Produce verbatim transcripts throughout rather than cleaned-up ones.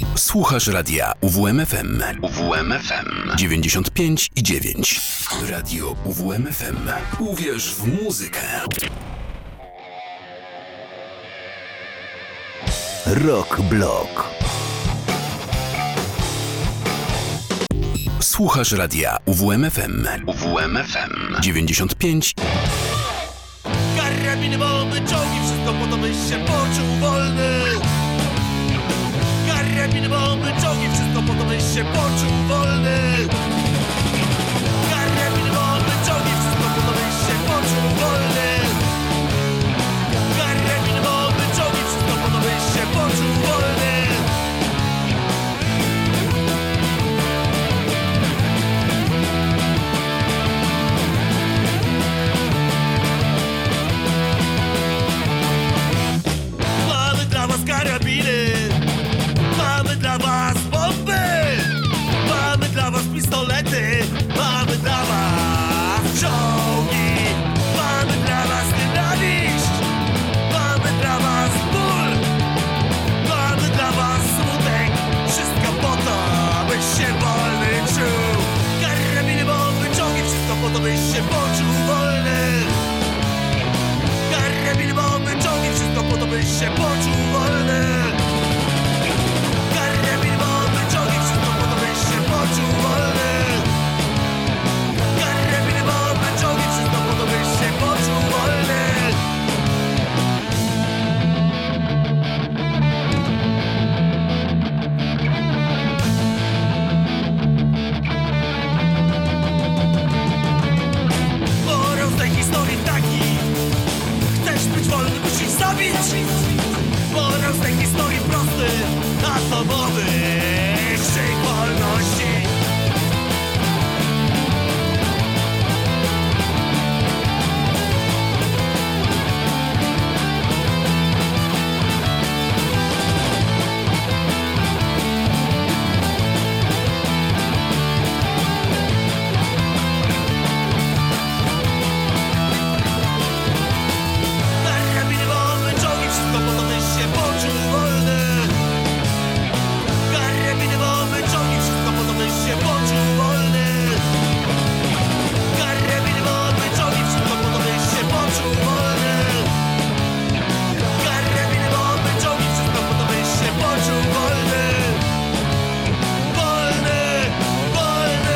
Słuchasz radia U W M F M. U W M F M dziewięćdziesiąt pięć i dziewięć. Radio U W M F M. Uwierz w muzykę. Rock Block. Słuchasz radia U W M F M. U W M F M dziewięćdziesiąt pięć. Karabiny, bomby, czołgi, wszystko po to, byś się poczuł wolny. Karabiny, bomby, czołgi, wszystko po to, byś się poczuł wolny. Karabiny, bomby, czołgi, wszystko po to, byś się poczuł wolny. Karabiny, bomby, czołgi, wszystko po to, byś się poczuł wolny. Mamy dla was karabiny, mamy dla was bomby, mamy dla was pistolety, mamy dla was czołgi, mamy dla was nienawiść, mamy dla was ból, mamy dla was smutek, wszystko po to, byś się wolny czuł. Karabiny, bomby, czołgi, wszystko po to, byś się poczuł wolny. Karabiny, bomby, czołgi, wszystko po to, byś się poczuł wolny. Karabiny, bomby, czołgi, wszystko po to, byś się poczuł wolny. Karabiny, bomby, czołgi, wszystko po to, byś się poczuł wolny. Morał z tej historii taki: chcesz być wolny, musisz zabić. Morał z tej historii prosty, atomowy krzyk wolności. Karabiny, bomby, czołgi, wszystko po to, byś się poczuł wolny. Karabiny, bomby, czołgi, wszystko po to, byś się poczuł wolny. Karabiny, bomby, czołgi, wszystko po to, byś się poczuł wolny. Karabiny, bomby, czołgi, wszystko po to, byś się poczuł wolny. Wolny, wolny.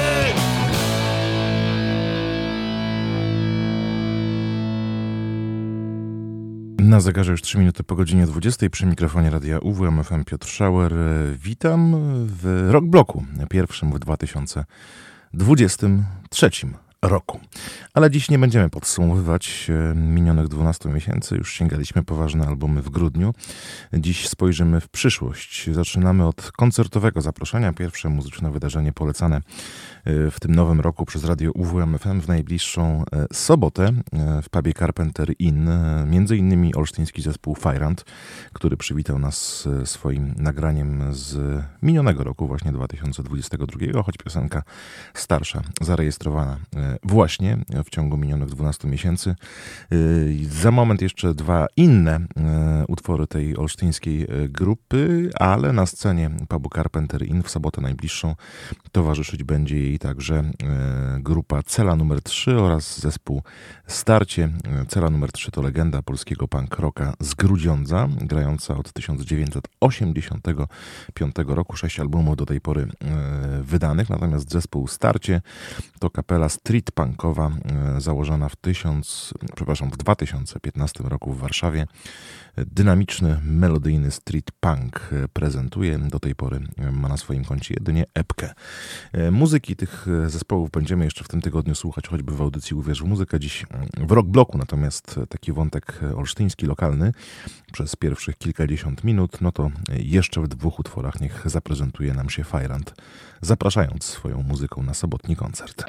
Na zegarze już trzy minuty po godzinie dwudziestej. Przy mikrofonie radia U W M F M Piotr Schauer. Witam w Rock Blocku, pierwszym w dwa tysiące dwudziestym trzecim roku. Ale dziś nie będziemy podsumowywać minionych dwunastu miesięcy. Już sięgaliśmy poważne albumy w grudniu. Dziś spojrzymy w przyszłość. Zaczynamy od koncertowego zaproszenia. Pierwsze muzyczne wydarzenie polecane w tym nowym roku przez radio U W M F M w najbliższą sobotę w pubie Carpenter Inn. Między innymi olsztyński zespół Fajrant, który przywitał nas swoim nagraniem z minionego roku, właśnie dwa tysiące dwudziestego drugiego, choć piosenka starsza, zarejestrowana właśnie w ciągu minionych dwunastu miesięcy. Za moment jeszcze dwa inne utwory tej olsztyńskiej grupy, ale na scenie pubu Carpenter Inn w sobotę najbliższą towarzyszyć będzie jej także grupa Cela numer trzy oraz zespół Starcie. Cela numer trzy to legenda polskiego punk rocka z Grudziądza, grająca od tysiąc dziewięćset osiemdziesiątego piątego roku. Sześć albumów do tej pory wydanych, natomiast zespół Starcie to kapela street punkowa założona w tysiąc, przepraszam, w dwa tysiące piętnastym roku w Warszawie. Dynamiczny, melodyjny street punk prezentuje. Do tej pory ma na swoim koncie jedynie epkę. Muzyki tych zespołów będziemy jeszcze w tym tygodniu słuchać, choćby w audycji Uwierz w muzykę. Dziś w Rock Blocku, natomiast taki wątek olsztyński, lokalny przez pierwszych kilkadziesiąt minut, no to jeszcze w dwóch utworach niech zaprezentuje nam się Fajrant, zapraszając swoją muzyką na sobotni koncert.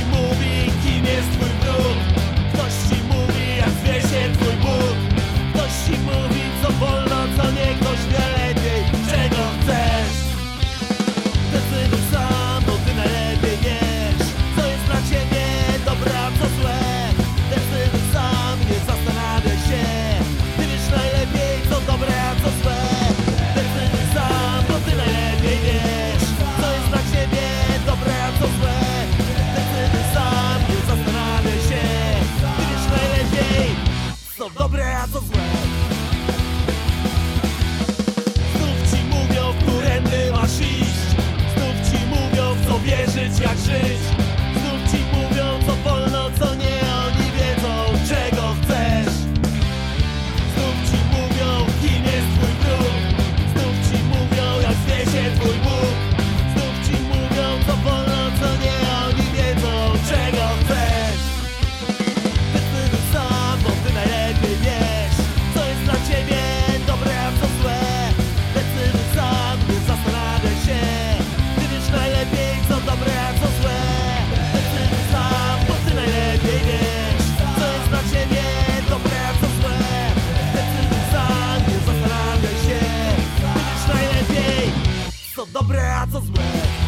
mówi, kim jest twój wróg. Ktoś ci mówi, jak zwie się twój Bóg. Ktoś ci mówi, co wolno, co nie. Ktoś wie lepiej, czego chcesz. Decyduj sam, bo ty najlepiej wiesz, co jest dla ciebie dobre, a co złe. Decyduj sam, nie zastanawiaj się. Ty wiesz najlepiej, co dobre, a co złe. Decyduj sam, bo ty najlepiej wiesz, co jest dla ciebie dobre, a co złe. Decyduj sam, nie zastanawiaj się. Ty wiesz najlepiej, co dobre, a co złe. Znów ci mówią, którędy masz iść. Znów ci mówią, w co wierzyć, jak żyć. Znów ci mówią, co wolno, co nie. Oni wiedzą, czego chcesz. Znów ci mówią, kim jest twój wróg. Znów ci mówią, jak zwie się twój Bóg. Znów ci mówią, co wolno, co nie. Oni wiedzą, czego chcesz. Decyduj sam, bo ty najlepiej wiesz, co jest dla ciebie dobre, a co złe. Decyduj sam, nie zastanawiaj się. Ty wiesz najlepiej, co dobre, a co złe. Decyduj sam, bo ty najlepiej wiesz, co jest dla ciebie dobre, a co złe. Decyduj sam, nie zastanawiaj się. Ty wiesz najlepiej, co dobre, a co złe.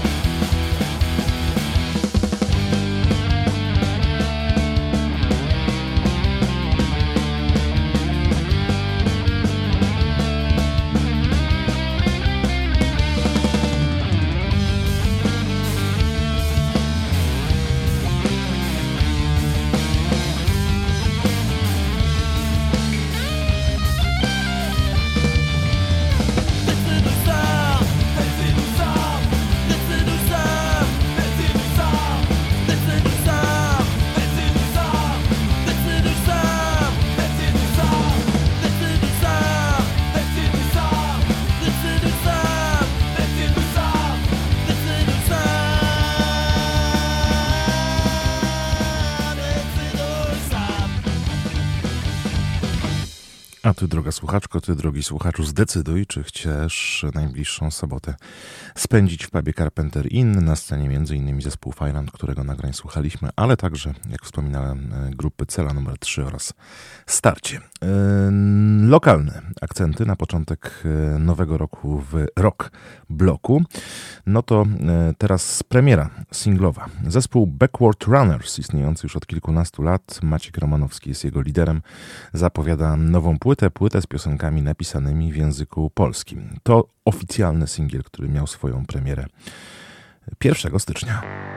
Decyduj sam, decyduj sam, decyduj sam, decyduj sam, decyduj sam, decyduj sam, decyduj sam, decyduj sam, decyduj sam, decyduj sam, decyduj sam, decyduj sam, decyduj sam, decyduj sam. A ty, droga słuchaczko, ty, drogi słuchaczu, zdecyduj, czy chcesz najbliższą sobotę spędzić w pubie Carpenter Inn, na scenie między innymi zespół Fireland, którego nagrań słuchaliśmy, ale także, jak wspominałem, grupy Cela numer trzy oraz Starcie. Yy, lokalne akcenty na początek nowego roku w rock bloku. No to yy, teraz premiera singlowa. Zespół Backward Runners, istniejący już od kilkunastu lat, Maciek Romanowski jest jego liderem, zapowiada nową płytę, płytę z piosenkami napisanymi w języku polskim. To oficjalny singiel, który miał swoją premierę pierwszego stycznia.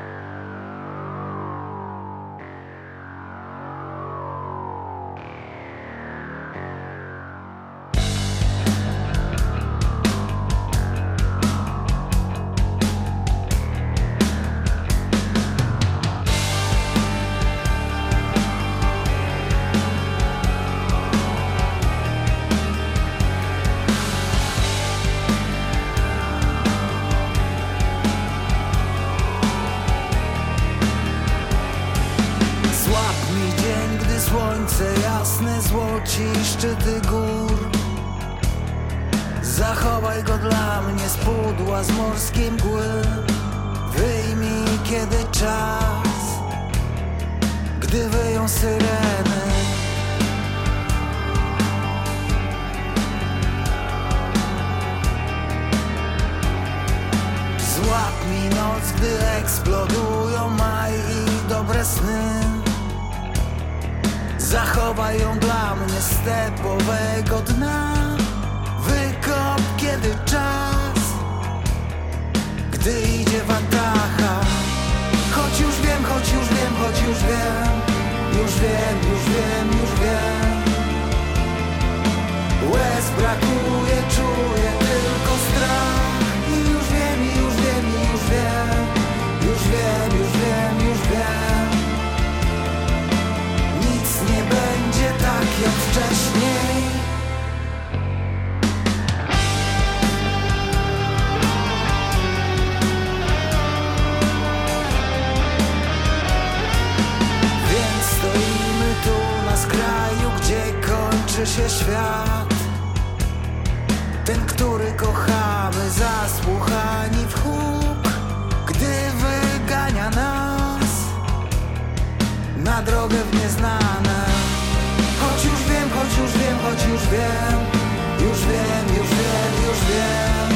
Szczyty gór, zachowaj go dla mnie z pudła, z morskiej mgły. Wyjmij kiedy czas, gdy wyją syreny. Złap mi noc, gdy eksplodują maj i dobre sny. Zachowaj ją dla mnie z stepowego dna. Wykop kiedy czas, gdy idzie watacha. Choć już wiem, choć już wiem, choć już wiem. Już wiem, już wiem, już wiem. Łez brakuje, czuję tylko strach. I już wiem, i już wiem, i już wiem. Już wiem, już wiem, już wiem. Nie będzie tak jak wcześniej. Więc stoimy tu na skraju, gdzie kończy się świat. Ten, który kochamy, zasłuchani w huk, gdy wygania nas. na drogę w nieznane. Choć już wiem, choć już wiem, choć już wiem, już wiem, już wiem, już wiem.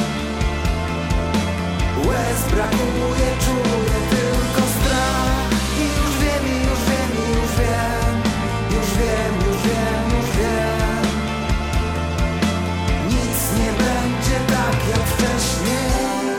Łez brakuje, czuję tylko strach. I już wiem, i już wiem, i już wiem, już wiem, już wiem, już wiem. Nic nie będzie tak jak wcześniej.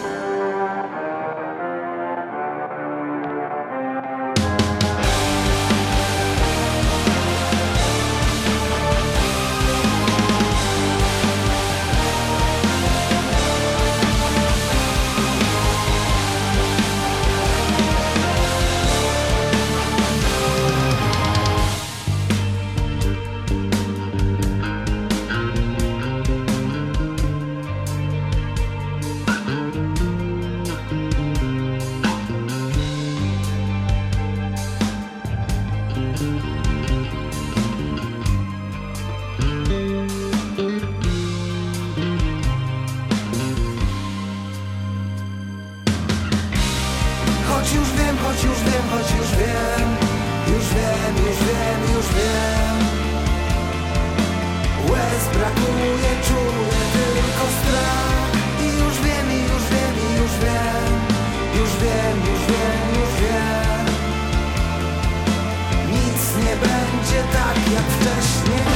Choć już wiem, choć już wiem, choć już wiem, już wiem, już wiem, już wiem. Łez brakuje, czuję tylko strach. I już wiem, i już wiem, i już wiem, już wiem, już wiem, już wiem. Nic nie będzie tak jak wcześniej.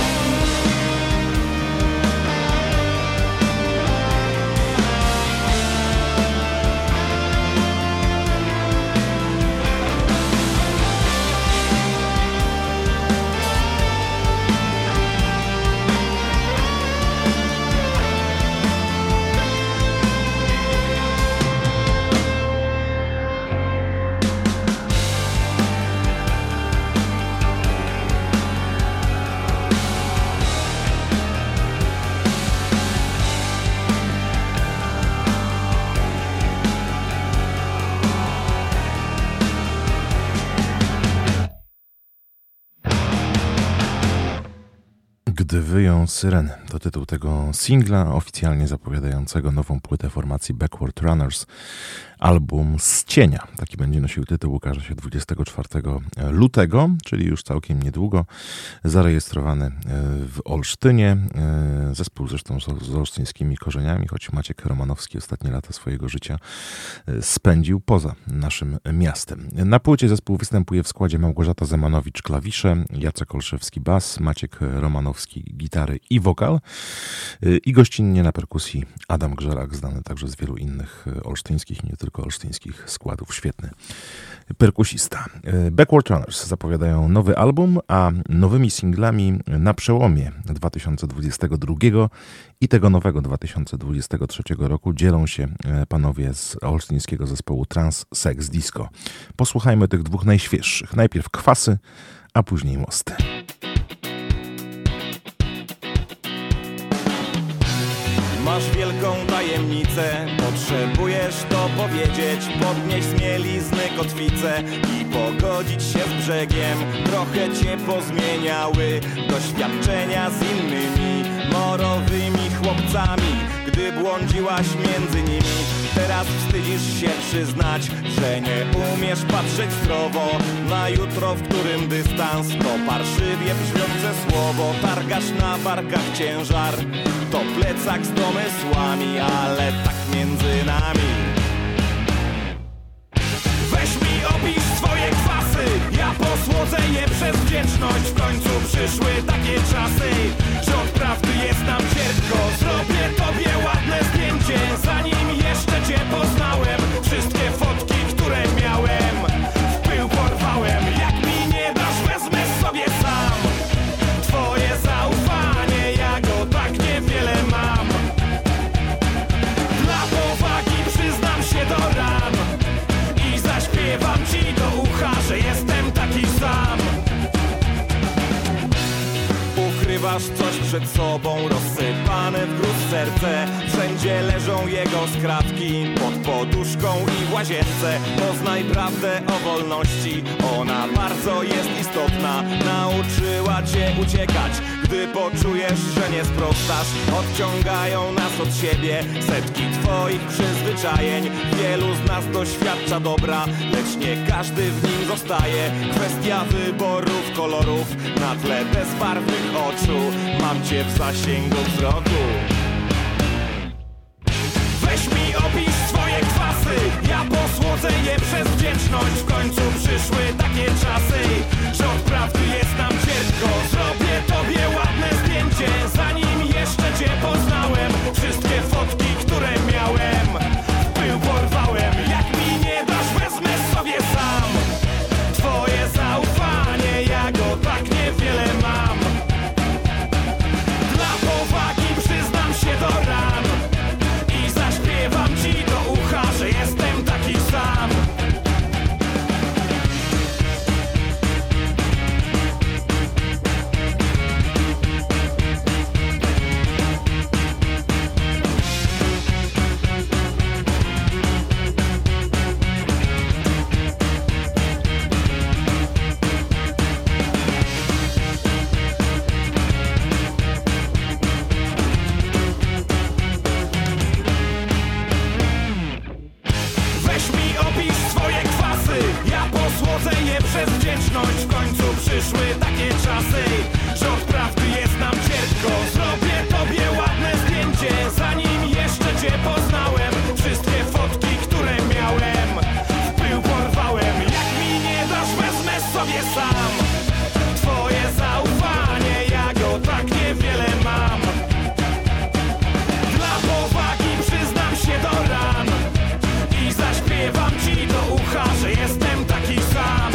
Gdy wyją syreny, to tytuł tego singla oficjalnie zapowiadającego nową płytę formacji Backward Runners. Album Z cienia, taki będzie nosił tytuł, ukaże się dwudziestego czwartego lutego, czyli już całkiem niedługo, zarejestrowany w Olsztynie. Zespół zresztą z olsztyńskimi korzeniami, choć Maciek Romanowski ostatnie lata swojego życia spędził poza naszym miastem. Na płycie zespół występuje w składzie Małgorzata Zemanowicz klawisze, Jacek Olszewski bas, Maciek Romanowski gitary i wokal i gościnnie na perkusji Adam Grzelak, znany także z wielu innych olsztyńskich, nie tylko olsztyńskich składów. Świetny perkusista. Backward Runners zapowiadają nowy album, a nowymi singlami na przełomie dwa tysiące dwudziestego drugiego i tego nowego dwa tysiące dwudziestego trzeciego roku dzielą się panowie z olsztyńskiego zespołu Trans Sex Disco. Posłuchajmy tych dwóch najświeższych. Najpierw Kwasy, a później Mosty. Masz wielką tajemnicę, potrzebujesz to powiedzieć, podnieść z mielizny kotwicę i pogodzić się z brzegiem. Trochę cię pozmieniały doświadczenia z innymi morowymi chłopcami, gdy błądziłaś między nimi. Teraz wstydzisz się przyznać, że nie umiesz patrzeć zdrowo na jutro, w którym dystans to parszywie brzmiące słowo. Targasz na barkach ciężar, to plecak z domysłami, ale tak między nami. Weź mi opisz swoje kwasy, ja posłodzę je przez wdzięczność. W końcu przyszły takie czasy, że od prawdy jest nam cierpko. Zrobię tobie ładne zdjęcie, zanim jeszcze cię poznałem. Wszystkie fotki, które miałem, w pył porwałem. Jak mi nie dasz, wezmę sobie sam twoje zaufanie, ja go tak niewiele mam. Dla powagi przyznam się do ran i zaśpiewam ci do ucha, że jestem taki sam. Ukrywasz coś przed sobą, rozsypane złamane w gruz serce. Wszędzie leżą jego skrawki, pod poduszką i w łazience. Poznaj prawdę o wolności, ona bardzo jest istotna. Nauczyła cię uciekać, gdy poczujesz, że nie sprostasz. Odciągają nas od siebie setki twoich przyzwyczajeń. Wielu z nas doświadcza dobra, lecz nie każdy w nim zostaje. Kwestia wyborów kolorów na tle bezbarwnych oczu. Mam cię w zasięgu wzroku. Weź mi opisz swoje kwasy, ja posłodzę je przez wdzięczność. W końcu przyszły takie czasy, że od prawdy jest nam cierpko. Zrobię tobie ładne zdjęcie, zanim jeszcze cię poznałem. Wszystkie fotki, które miałem, w pył porwałem. Jak mi nie dasz, wezmę sobie sam twoje zaufanie, ja go tak niewiele mam. Dla powagi przyznam się do ran i zaśpiewam ci do ucha, że jestem taki sam. Przez wdzięczność w końcu przyszły takie czasy, że od prawdy jest nam cierpko. Zrobię tobie ładne zdjęcie, zanim jeszcze cię poznałem. Wszystkie fotki, które miałem, w pył porwałem. Jak mi nie dasz, wezmę sobie sam twoje zaufanie, ja go tak niewiele mam. Dla powagi przyznam się do ran i zaśpiewam ci do ucha, że jestem taki sam.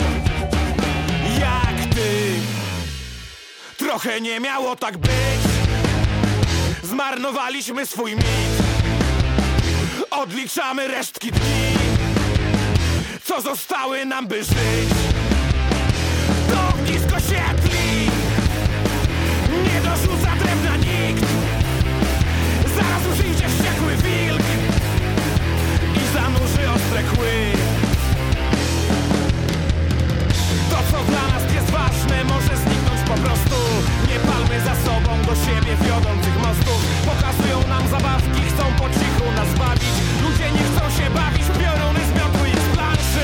Trochę nie miało tak być, zmarnowaliśmy swój mit. Odliczamy resztki dni, co zostały nam by żyć. To ognisko się tli, nie dorzuca drewna nikt. Zaraz przyjdzie wściekły wilk i zanurzy ostre kły. To co dla nas jest ważne może zniknąć po prostu. Nie palmy za sobą do siebie wiodących mostów. Pokazują nam zabawki, chcą po cichu nas bawić. Ludzie nie chcą się bawić, pioruny zmiotły ich z planszy.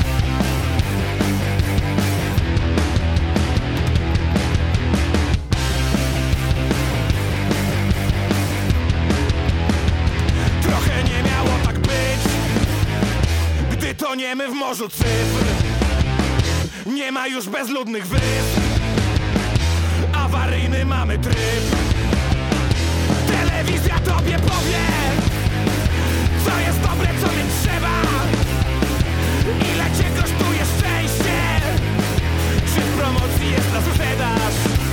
Trochę nie miało tak być, gdy toniemy w morzu cyfr. Nie ma już bezludnych wysp, awaryjny mamy tryb. Telewizja tobie powie, co jest dobre, co mieć trzeba. Ile cię kosztuje szczęście, czy w promocji jest na sprzedaż.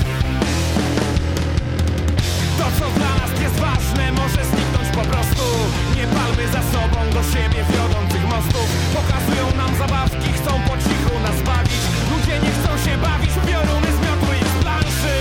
To co dla nas jest ważne może zniknąć po prostu. Nie palmy za sobą do siebie wiodących mostów. Pokazują nam zabawki, chcą po cichu nas bawić. Ludzie nie chcą się bawić, pioruny zmiotły ich z planszy.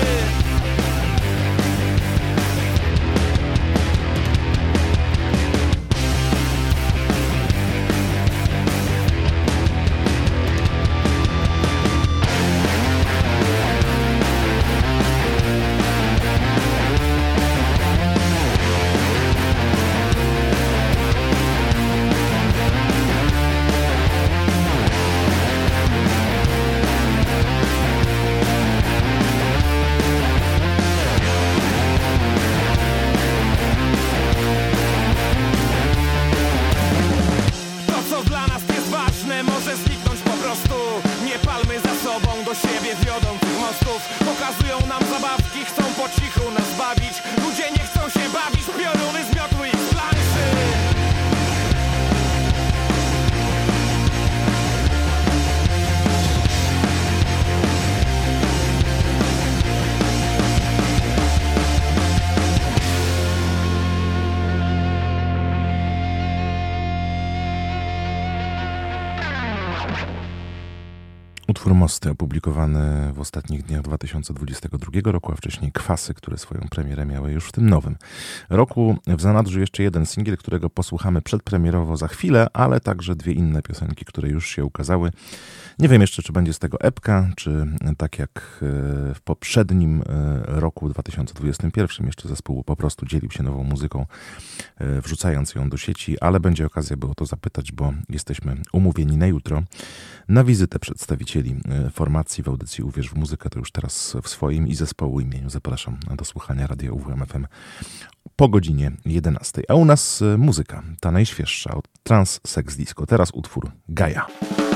utwór Mosty, opublikowany w ostatnich dniach dwa tysiące dwudziestego drugiego roku, a wcześniej Kwasy, które swoją premierę miały już w tym nowym roku. W zanadrzu jeszcze jeden singiel, którego posłuchamy przedpremierowo za chwilę, ale także dwie inne piosenki, które już się ukazały. Nie wiem jeszcze, czy będzie z tego epka, czy tak jak w poprzednim roku, dwa tysiące dwudziestym pierwszym, jeszcze zespół po prostu dzielił się nową muzyką, wrzucając ją do sieci, ale będzie okazja, by o to zapytać, bo jesteśmy umówieni na jutro na wizytę przedstawicieli formacji w audycji Uwierz w muzykę. To już teraz w swoim i zespołu imieniu zapraszam do słuchania Radia U W M F M po godzinie jedenastej. A u nas muzyka, ta najświeższa, od Trans Sex Disco. Teraz utwór Gaja.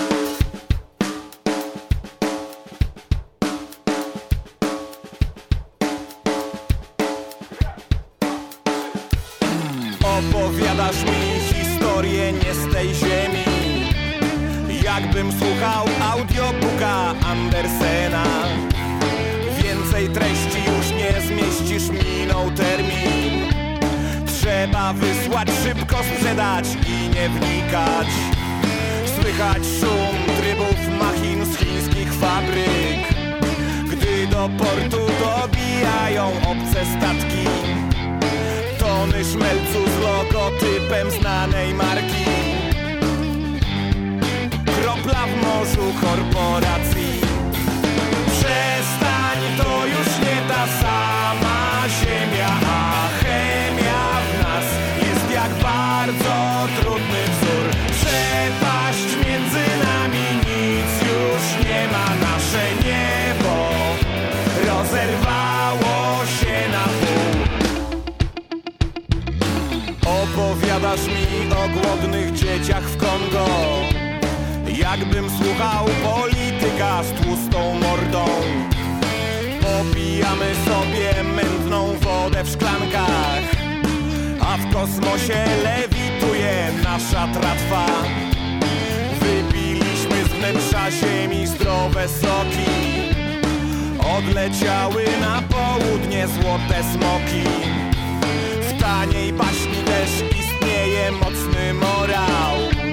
Opowiadasz mi historię nie z tej ziemi, jakbym słuchał audiobooka Andersena. Więcej treści już nie zmieścisz, minął termin. Trzeba wysłać, szybko sprzedać i nie wnikać. Słychać szum trybów machin z chińskich fabryk, gdy do portu dobijają obce statki. Tony szmelcu z logotypem znanej marki, kropla w morzu korporacji. Przestań, to już nie ta sama ziemia, a chemia w nas jest jak bardzo trudny wzór. Przepaść między nami, nic już nie ma, nasze niebo rozerwało się na pół. Opowiadasz mi o głodnych dzieciach w Kongo, jakbym słuchał polityka z tłustą mordą. Popijamy sobie mętną wodę w szklankach, a w kosmosie lewituje nasza tratwa. Wypiliśmy z wnętrza ziemi zdrowe soki, odleciały na południe złote smoki. W taniej baśni też istnieje mocny morał.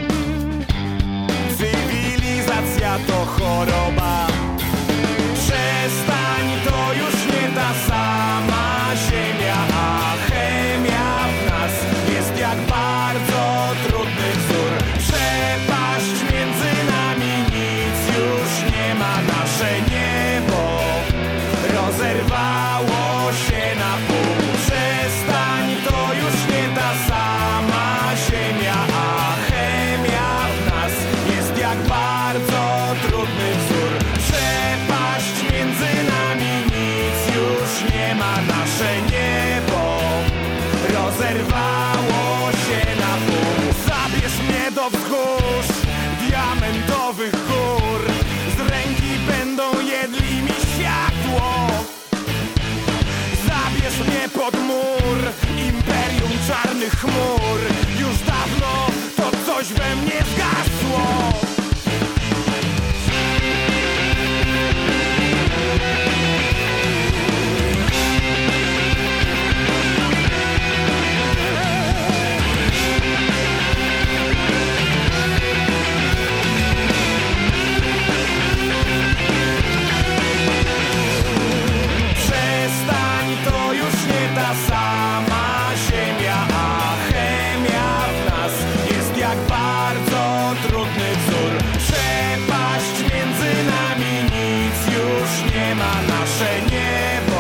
Cywilizacja to choroba. Przestań, to już nie ta sama ziemia, a chemia w nas jest jak bardzo trudny wzór. Przepaść między nami, nic już nie ma, nasze niebo rozerwało się na pół. Przestań, to już nie ta sama ziemia, a chemia w nas jest jak bardzo trudny wzór. Przepaść między nami, nic już nie ma, nasze niebo rozerwało się na pół. Zabierz mnie do wzgórz diamentowych gór, z ręki będą jedli mi światło. Zabierz mnie pod mur imperium czarnych chmur. Już dawno to coś we mnie zgasło. Przestań, to już nie ta sama ziemia, a chemia w nas jest jak bardzo trudny wzór. Przepaść między nami, nic już nie ma, nasze niebo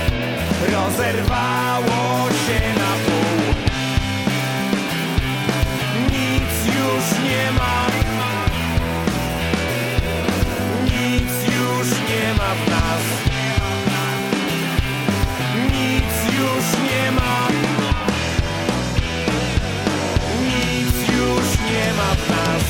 rozerwało się na pół. Nic już nie ma, nic już nie ma w nas. Nic już nie ma, nic już nie ma w nas.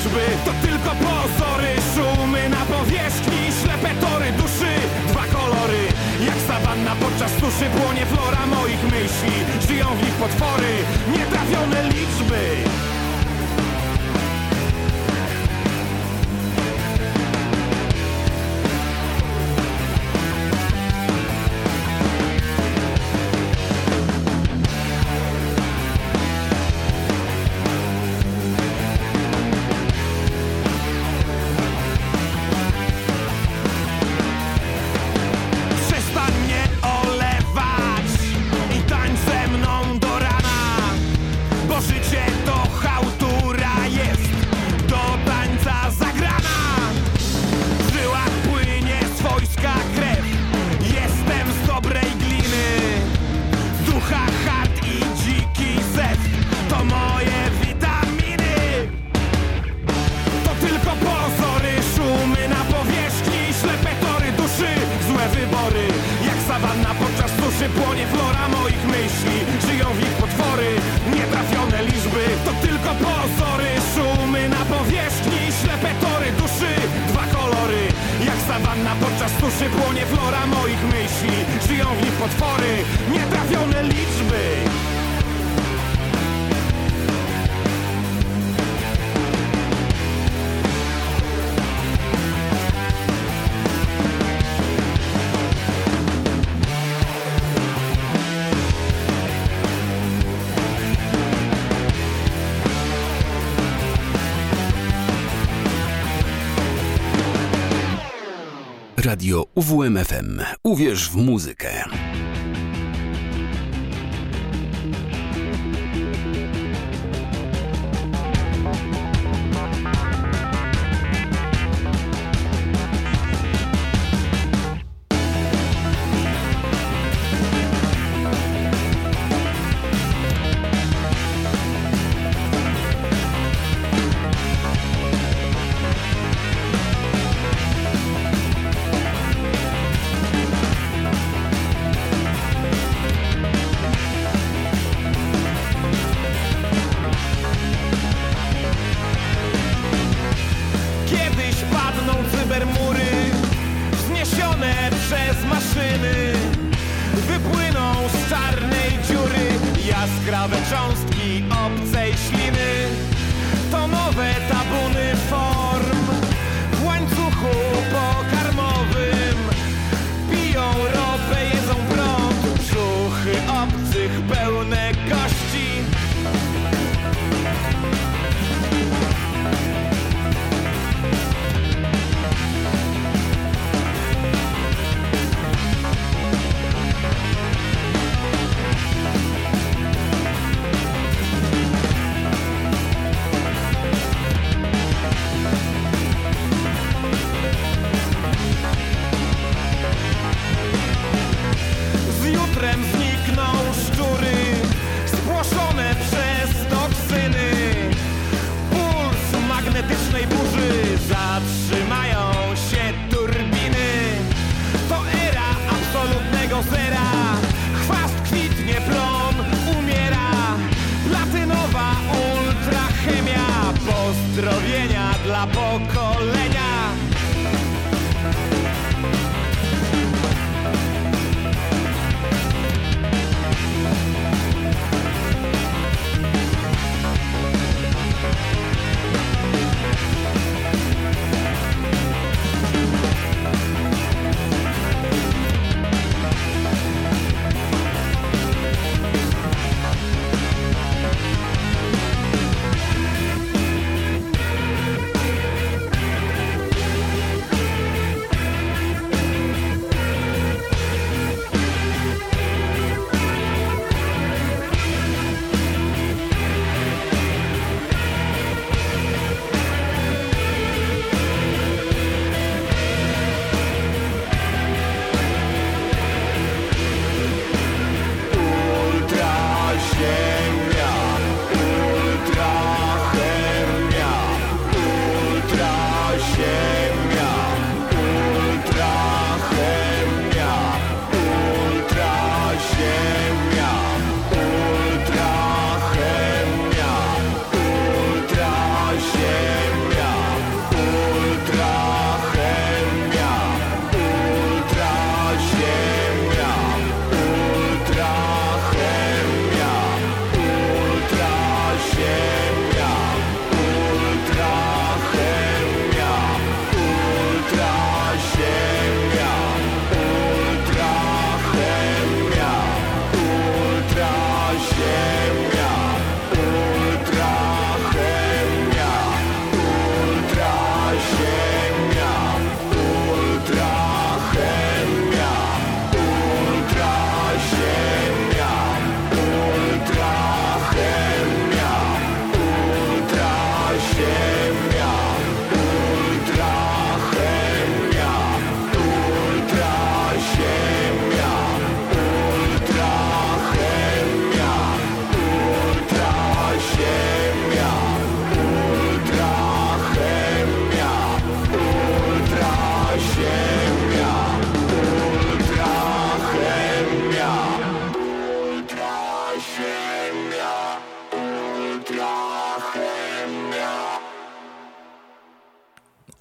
liczby to tylko pozory, szumy na powierzchni, ślepe tory duszy, dwa kolory. Jak sawanna podczas suszy płonie flora moich myśli, żyją w nich potwory, nietrafione liczby. Płonie flora moich myśli, żyją w nich potwory, nietrafione liczby to tylko pozory, szumy na powierzchni, ślepe tory duszy, dwa kolory. Jak sawanna podczas suszy płonie flora moich myśli, żyją w nich potwory, nietrafione liczby. Radio U W M F M. Uwierz w muzykę. Jaskrawe cząstki obcej śliny to nowe tabuny form w łańcuchu pokarmowym. Piją ropę, jedzą prąd, brzuchy obcych pełne kości. Znikną szczury spłoszone przez toksyny. Puls magnetycznej burzy, zatrzymają się turbiny. To era absolutnego zera. Chwast kwitnie, plon umiera. Platynowa ultrachemia. Pozdrowienia dla pokolenia.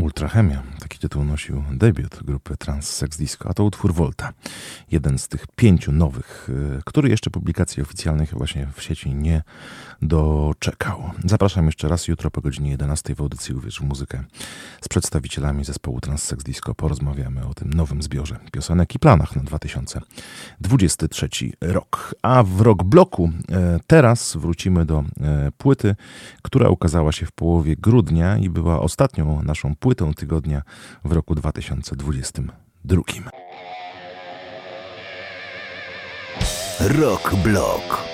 Ultrachemia, taki tytuł nosił debiut grupy Trans Sex Disco, a to utwór Volta. Jeden z tych pięciu nowych, który jeszcze publikacji oficjalnych właśnie w sieci nie doczekał. Zapraszam jeszcze raz jutro po godzinie jedenastej w audycji Uwierz w muzykę z przedstawicielami zespołu Trans Sex Disco. Porozmawiamy o tym nowym zbiorze piosenek i planach na dwa tysiące dwudziesty trzeci rok. A w Rock Bloku teraz wrócimy do płyty, która ukazała się w połowie grudnia i była ostatnią naszą płytą tygodnia w roku dwa tysiące dwudziestym drugim. Rock Block.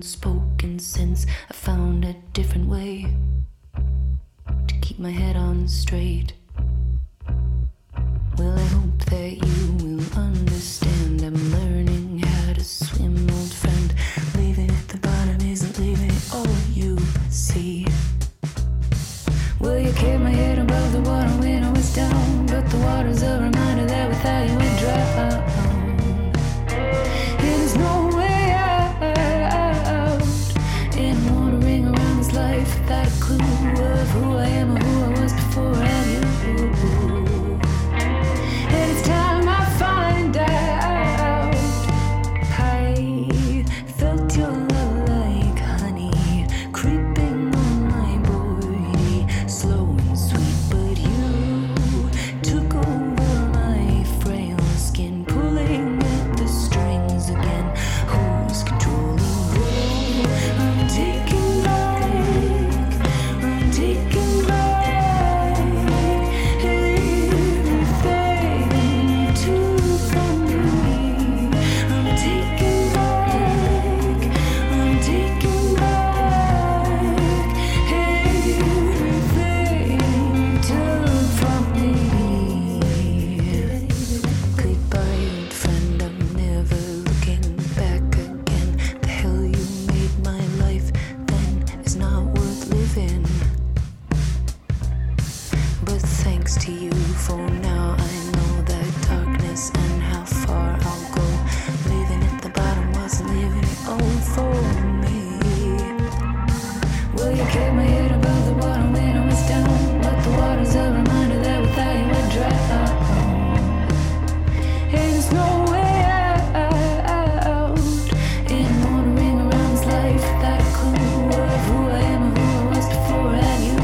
unspoken since I found a different way to keep my head on straight. Well, I hope that you will understand. I'm learning how to swim, old friend. Leaving at the bottom isn't leaving it all you see. Well, you kept my head above the water when I was down, but the water's a reminder that without you I'd drown. There's no way out in wandering around this life without a clue of who I am or who I was before I knew. And it's time I find out. I felt your love like honey creeping on my body, slow and sweet, but you took over my frail skin, pulling at the strings again. Who's controlling who? I'm taking back, I'm taking back everything you took from me. I'm taking back, I'm taking back everything you took from me. Goodbye, old friend, I'm never looking back again. The hell you made my life then is not worth living. But thanks to you for now, I know that darkness and how far I'll go. Leaving at the bottom wasn't leaving it all for me. Well, you kept my head above the water when I was down, but the water's a reminder that without you I'd drown. There's no way out in wandering around this life without a clue of who I am or who I was before I knew.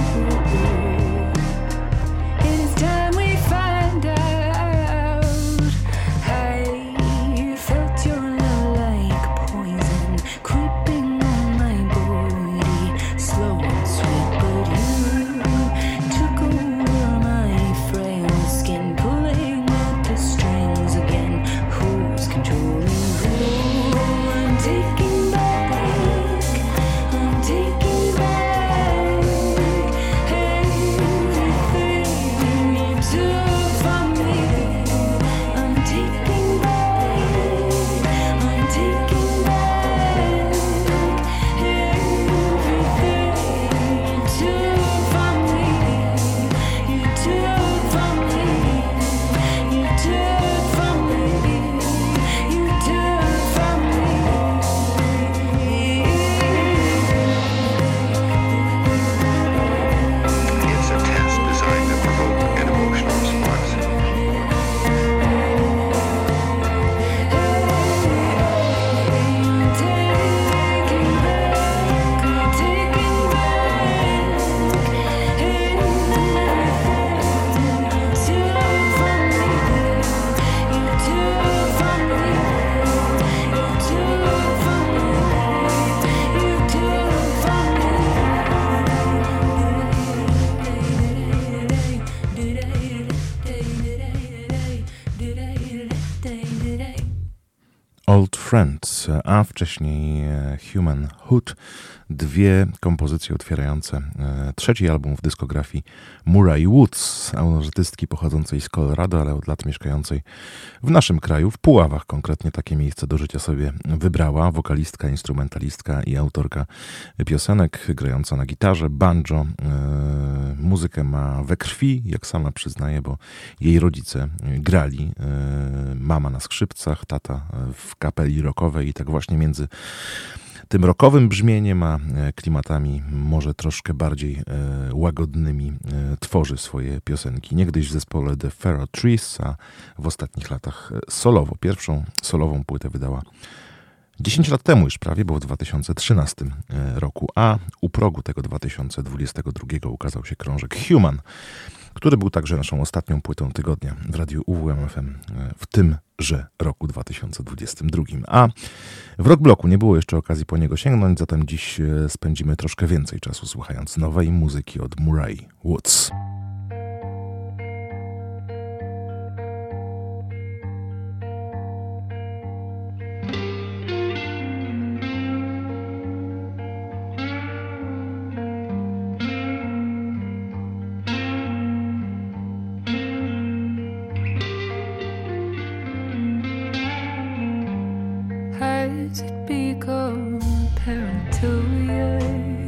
And it's time we find out. I felt your love like poison creeping on my body, slow and sweet, but you took over my frail skin, pulling at the strings again. Who's controlling who? I'm taking back, I'm taking back everything you took from me. I'm taking back, I'm taking back everything you took from me. You took from me, you took from me, you took from me. It's a test designed to provoke an emotional response. Old Friends, a wcześniej Human Hood. Dwie kompozycje otwierające e, trzeci album w dyskografii Murray Woods, artystki pochodzącej z Colorado, ale od lat mieszkającej w naszym kraju, w Puławach konkretnie. Takie miejsce do życia sobie wybrała. Wokalistka, instrumentalistka i autorka piosenek, grająca na gitarze, banjo. E, muzykę ma we krwi, jak sama przyznaje, bo jej rodzice grali. E, mama na skrzypcach, tata w kapeli rockowej i tak właśnie między tym rockowym brzmieniem, a klimatami może troszkę bardziej e, łagodnymi e, tworzy swoje piosenki. Niegdyś w zespole The Pharaoh Trees, a w ostatnich latach solowo. Pierwszą solową płytę wydała dziesięć lat temu już prawie, bo w dwa tysiące trzynastym roku, a u progu tego dwa tysiące dwudziestego drugiego ukazał się krążek Human, który był także naszą ostatnią płytą tygodnia w radiu U W M F M w tymże roku dwa tysiące dwudziestym drugim. A w Rockbloku nie było jeszcze okazji po niego sięgnąć, zatem dziś spędzimy troszkę więcej czasu słuchając nowej muzyki od Murray Woods. Has it become apparent to you?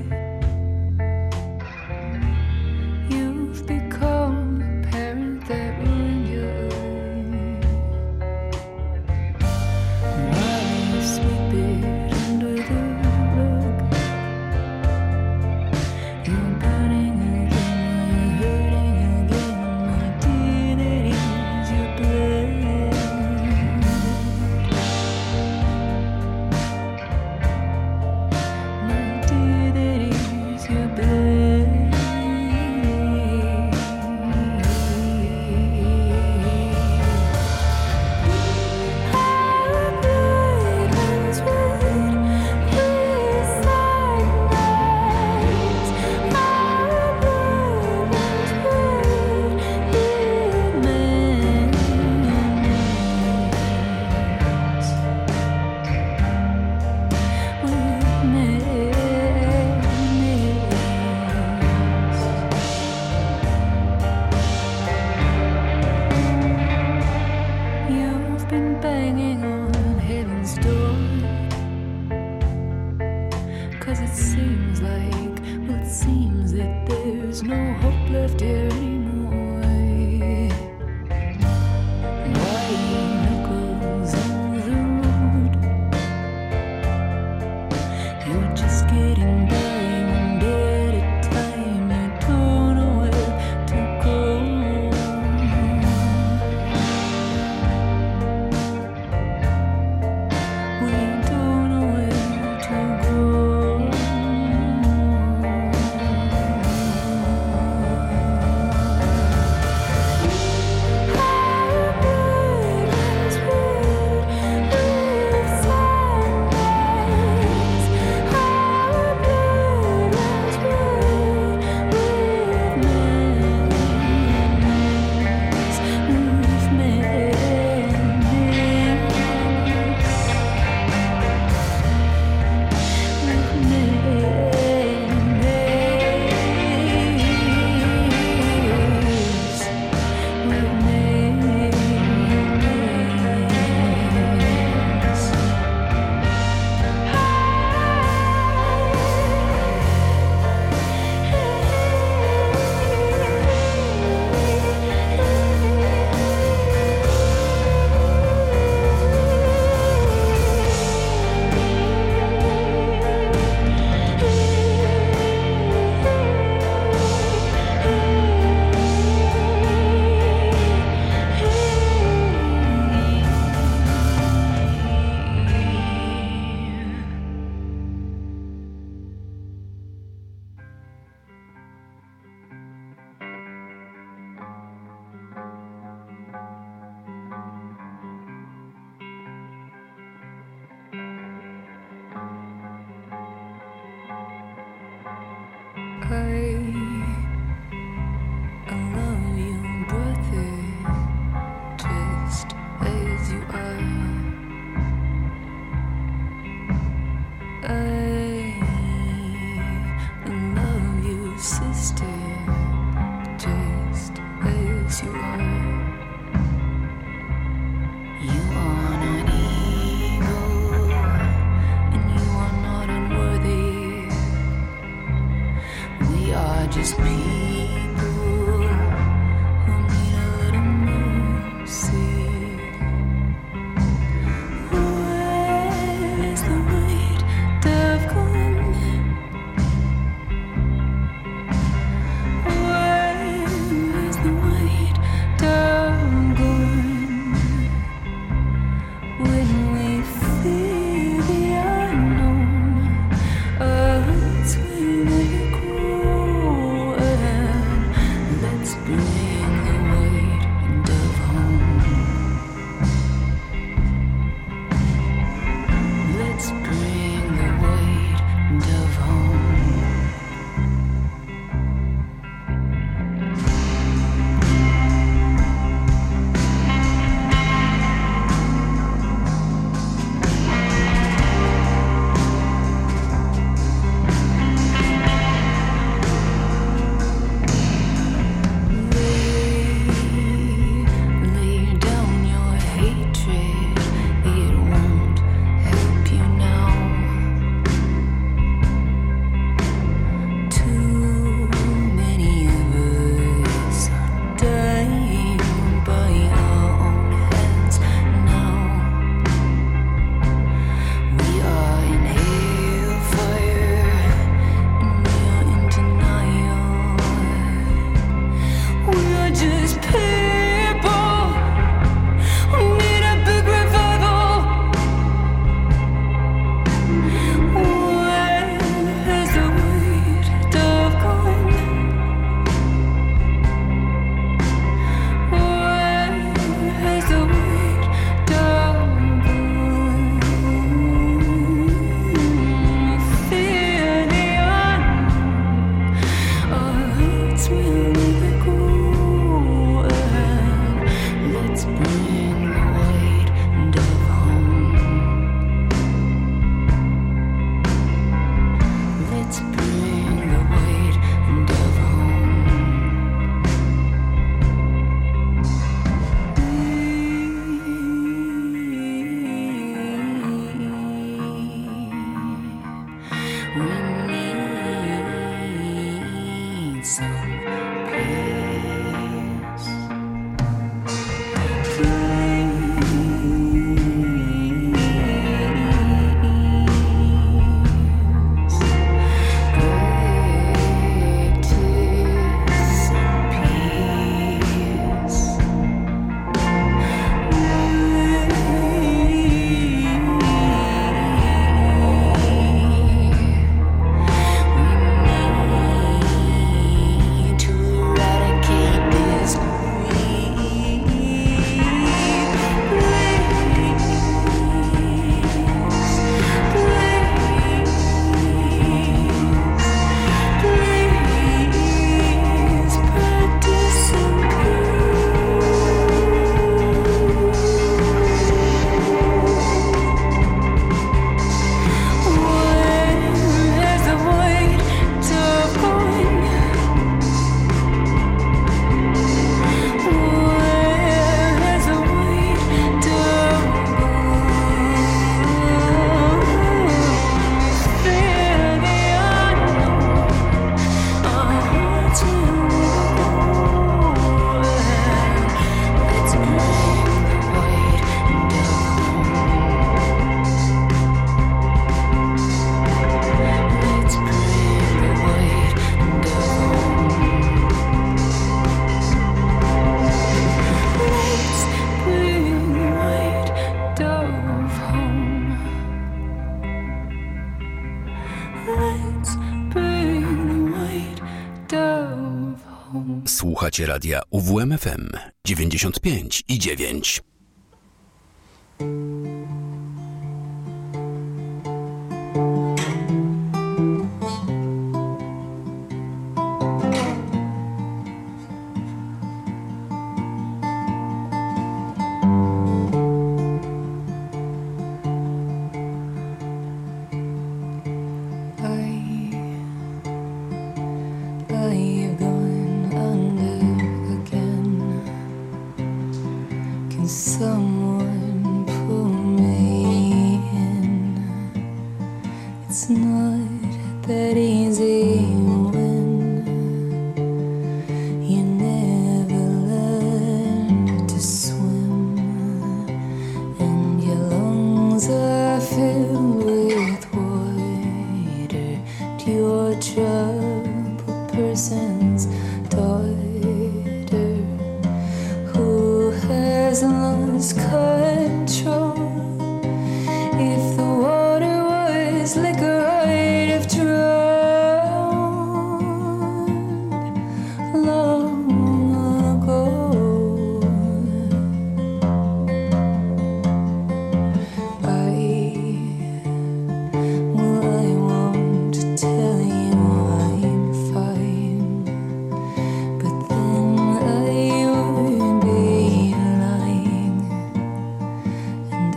You've become the parent that ruined you. Why sweep it under the rug? You're burning again, you're hurting again, my dear, that is your blood. My dear, that is your blood. You've been banging on heaven's door, 'cause it seems like, well, it seems that there's no hope left here anymore. White knuckles on the road, you're just getting by one day at a time. You don't know where to go. We don't know where to go. I love you, brother, just as you are. I love you, sister, just as you are. You are not evil, and you are not unworthy. We are just people who need a little mercy. Where is the white dove gone? Where is the white dove Słuchacie radia U W M F M dziewięćdziesiąt pięć i dziewięć. Someone pull me in. It's not that easy when you never learn to swim and your lungs are filled with water. Your troubled person's daughter who has lost control. If the water was liquor, I'd have drowned long ago. I, well, I won't tell you I'm fine, but then I would be lying, and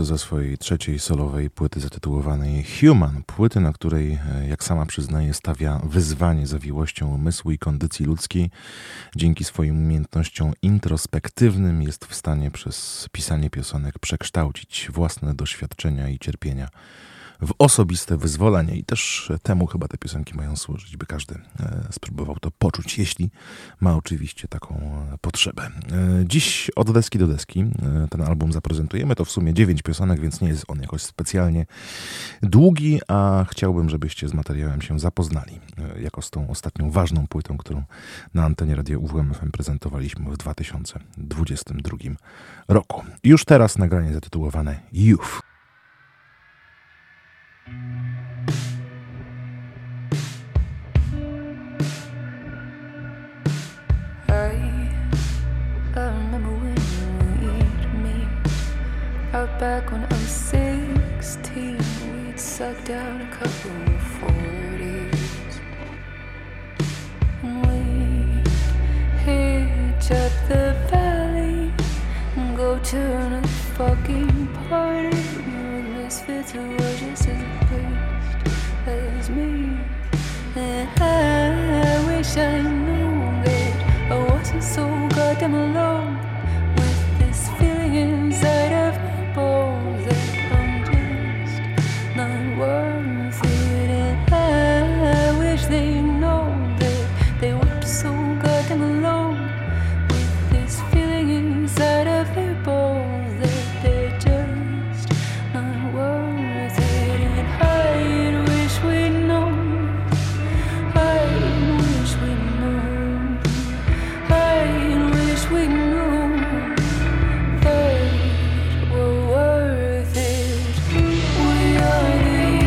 ze swojej trzeciej solowej płyty zatytułowanej Human. Płyty, na której, jak sama przyznaje, stawia wyzwanie zawiłością umysłu i kondycji ludzkiej. Dzięki swoim umiejętnościom introspektywnym jest w stanie przez pisanie piosenek przekształcić własne doświadczenia i cierpienia w osobiste wyzwolenie i też temu chyba te piosenki mają służyć, by każdy spróbował to poczuć, jeśli ma oczywiście taką potrzebę. Dziś od deski do deski ten album zaprezentujemy. To w sumie dziewięć piosenek, więc nie jest on jakoś specjalnie długi, a chciałbym, żebyście z materiałem się zapoznali, jako z tą ostatnią ważną płytą, którą na antenie Radia U W M F M prezentowaliśmy w dwa tysiące dwudziestym drugim roku. Już teraz nagranie zatytułowane Youth. I, I remember when you eat me out back when I was sixteen. We'd sucked out a couple of forties and we'd hitch up the valley and go to another fucking party. Misfits who were just as pleased as me. And I wish I knew that I wasn't so goddamn alone with this feeling inside of my bones that I'm just not worth it. And I wish they know that they were so goddamn alone with this feeling inside of their bones that they're just not worth it. And I wish we'd known, I wish we'd known, I wish we'd known that we're worth it. We are the,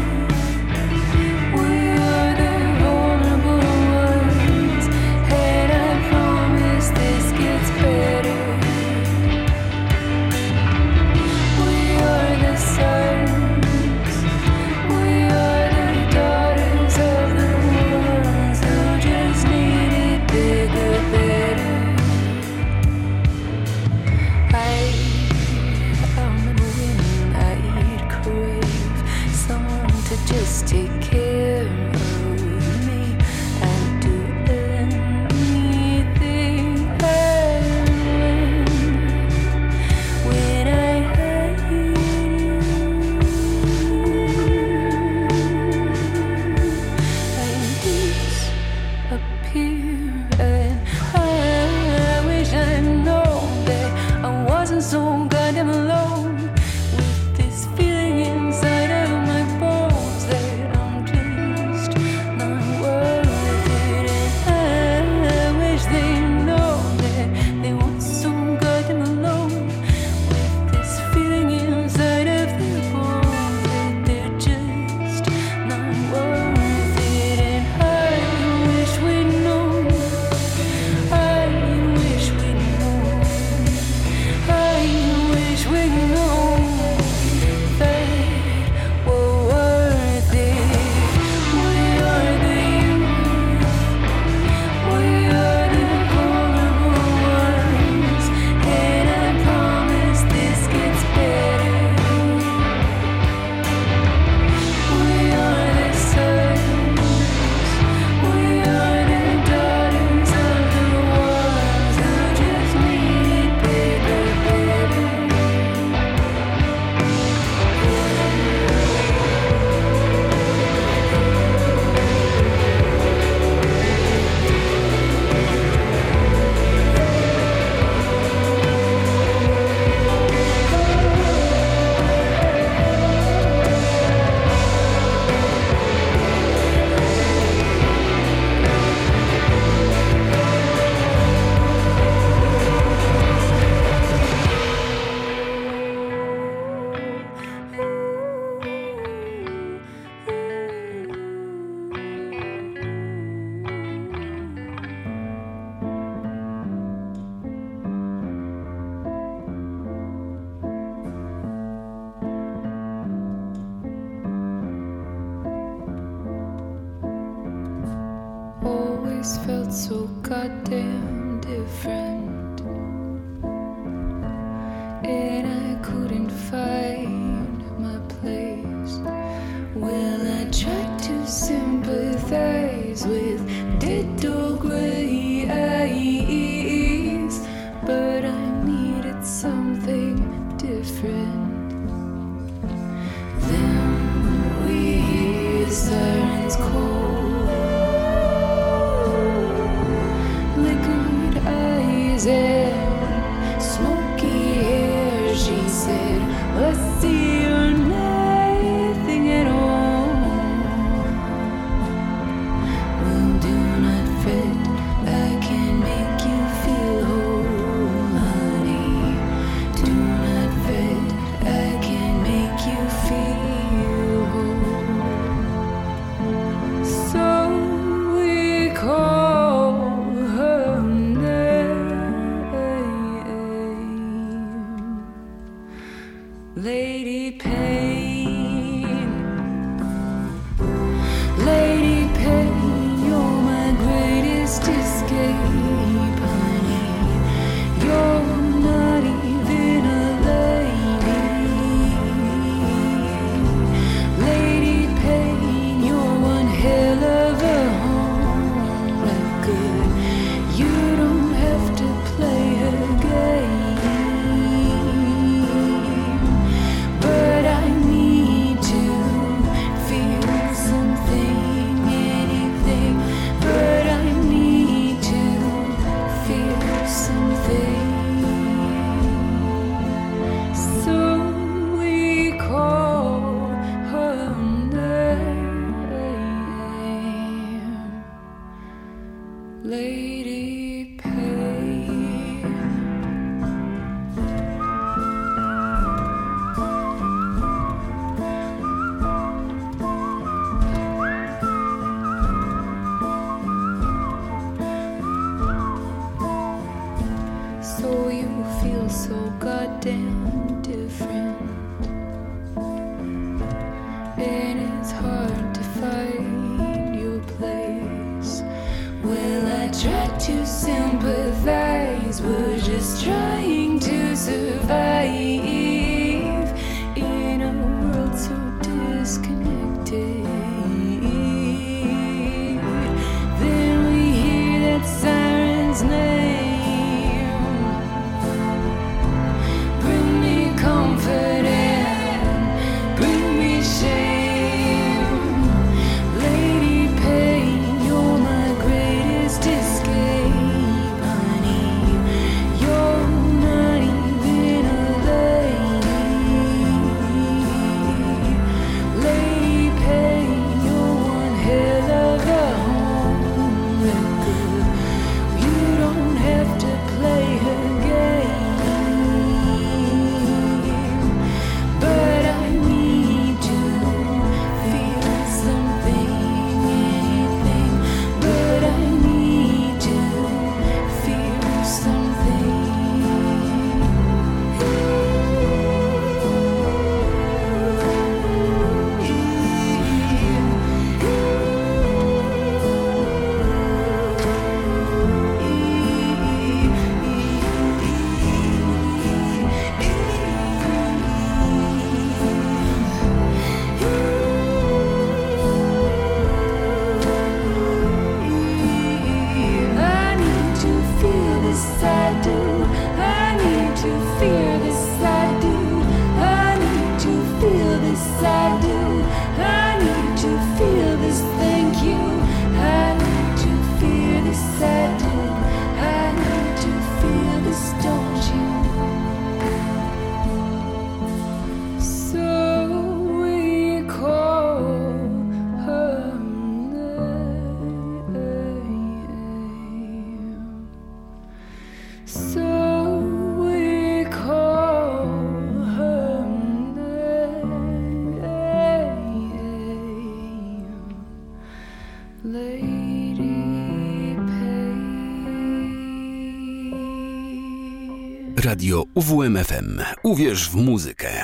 we are the vulnerable ones, and I promise this gets better. We are the sons, we are the daughters of the ones who just need it bigger, better. I, I remember when I'd crave someone to just take care of me. I'd do anything and when I had you, I disappear. And I wish I'd known that I wasn't so goddamn alone with this feeling inside of my bones that I'm just not worth it. And I wish they know that they weren't so goddamn alone with this feeling inside of their bones that they're just not worth it. And I wish we'd known, I wish we'd known, I wish we'd known that we're worth it. We are the youth, we are the vulnerable ones, and I promise this gets better. We are the sons, we are the daughters of the ones who just need it bigger, better. Always felt so goddamn different, and I couldn't fight sirens call. Liquid eyes and smoky hair, she said, let's see you're nothing at all. Well, do not fret, I can make you feel whole, honey. Do not fret, I can make you feel whole. So we call her name Lady Pain. Lady Pain, you're my greatest escape, honey. You're not even a lady. Lady Pain, you're one hell of a home record. You don't have to play her game, but I need to feel something, anything. But I need to feel something. So we call her name Lady Pain. So you feel so goddamn different, and it's hard to find your place. Well, I tried to sympathize, we're just trying to survive in a world so disconnected. Then we hear that siren's name. Bring me comfort and bring me shame. Lady Pain, you're my greatest escape, honey. You're not even a lady. Lady Pain, you're one hell of a home record. You don't have to play her game, but I need to feel something, anything. But I need to feel something. I need to feel this, I do. I need to feel this, I do. I need to feel this, I do. I need to feel this, thank you. I need to feel this, I do. I need to feel this, don't you? So we call her name. So we call her name Lady Pain. Radio U W M F M. Uwierz w muzykę.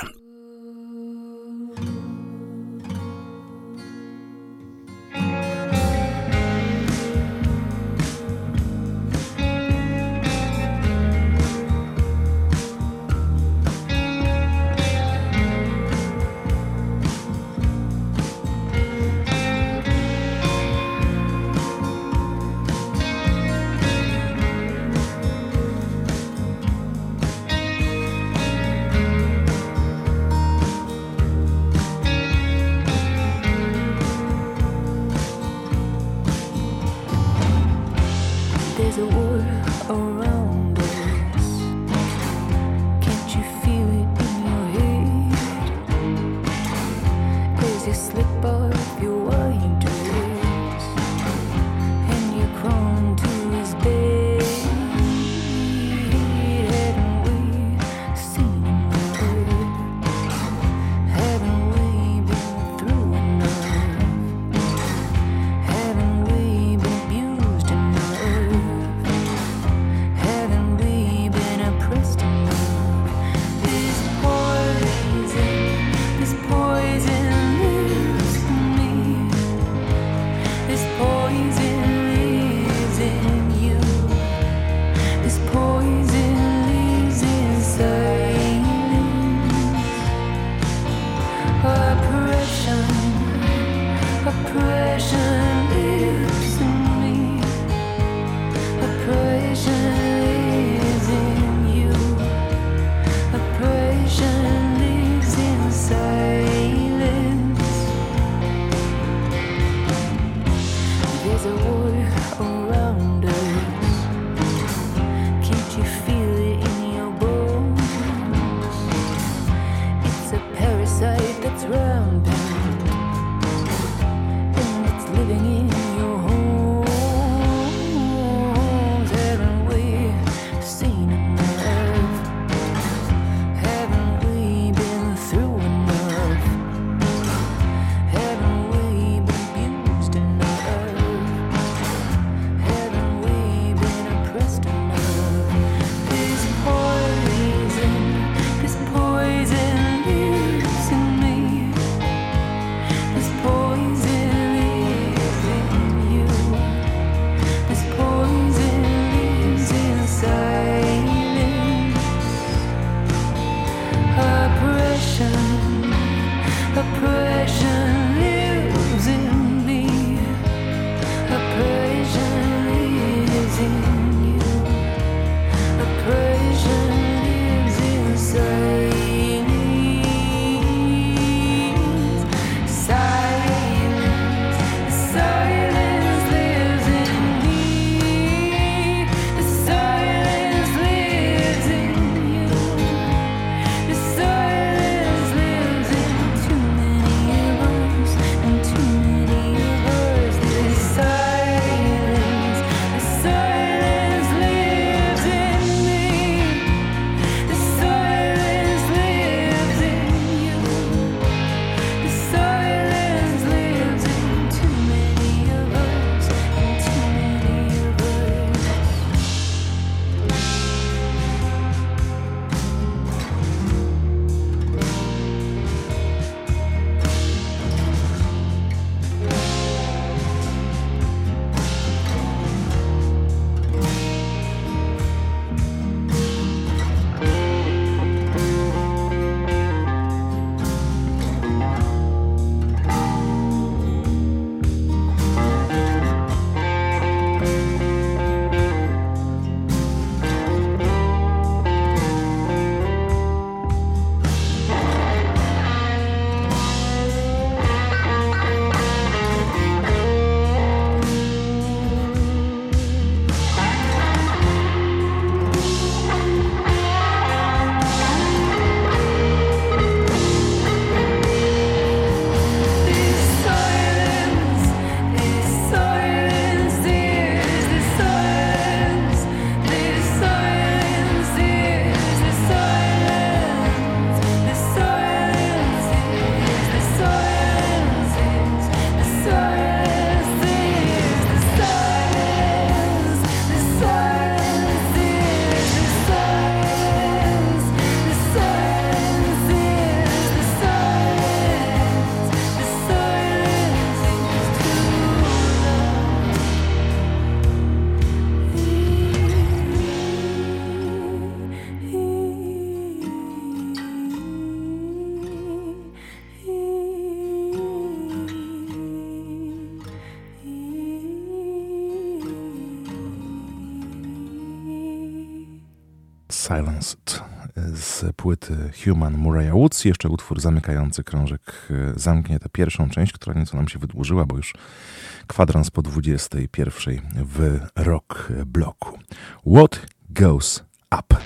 you slip off your white dress and you're crawling to his bed. Haven't we seen enough? Haven't we been through enough? Haven't we been abused enough? Haven't we been oppressed enough? This poison, this poison lives in me. This poison lives in you. This poison lives inside. Oppression, oppression lives in me. Oppression lives in you. Oppression lives in silence. There's a war around us. Can't you feel it in your bones? It's a parasite that's rampant, and it's living in your homes. Haven't we seen enough? Haven't we been through enough? Haven't we been abused enough? Haven't we been oppressed enough? This poison, this poison lives in me. This poison lives in you. This poison lives in silence. Oppression, oppression lives in me. Oppression lives in you. Oppression lives in silence. Silence, silence lives in me. The silence lives in you. The silence lives in too many of us and too many of us. The silence, the silence lives in me. The silence lives in you. The silence lives in too many of us and too many of us. This silence, this silence is the silence. This silence is the silence. The silence is the silence is the silence is the silence. The silence is the silence. The silence is the silence. The silence is too Silenced z płyty Human Murray'a Woods. Jeszcze utwór zamykający krążek zamknie tę pierwszą część, która nieco nam się wydłużyła, bo już kwadrans po dwudziestej pierwszej w rock bloku. What Goes Up?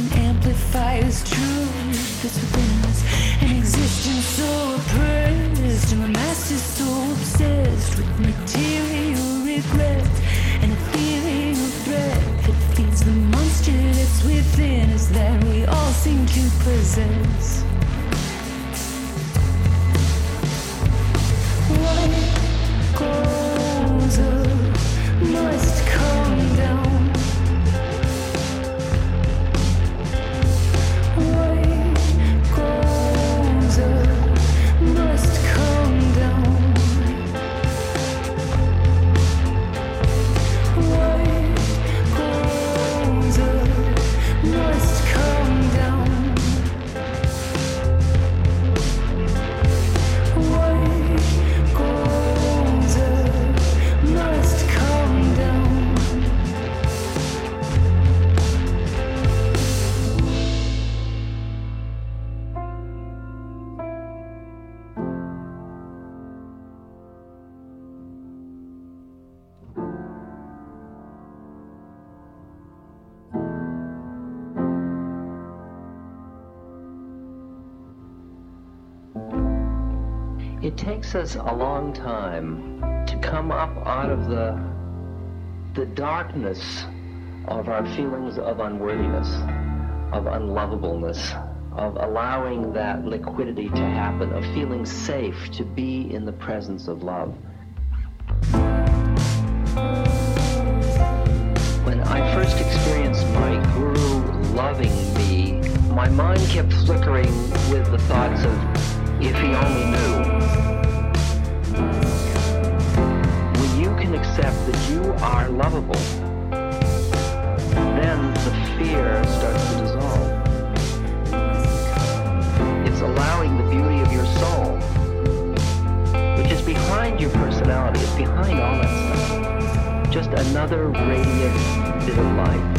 and amplifies truth that's within us. An existence so oppressed, and the mass is so obsessed with material regret and a feeling of threat that feeds the monster that's within us that we all seem to possess. What goes up must come down. It takes us a long time to come up out of the the darkness of our feelings of unworthiness, of unlovableness, of allowing that liquidity to happen, of feeling safe to be in the presence of love. When I first experienced my guru loving me, my mind kept flickering with the thoughts of, if he only knew. When you can accept that you are lovable, then the fear starts to dissolve. It's allowing the beauty of your soul, which is behind your personality, it's behind all that stuff. Just another radiant bit of light.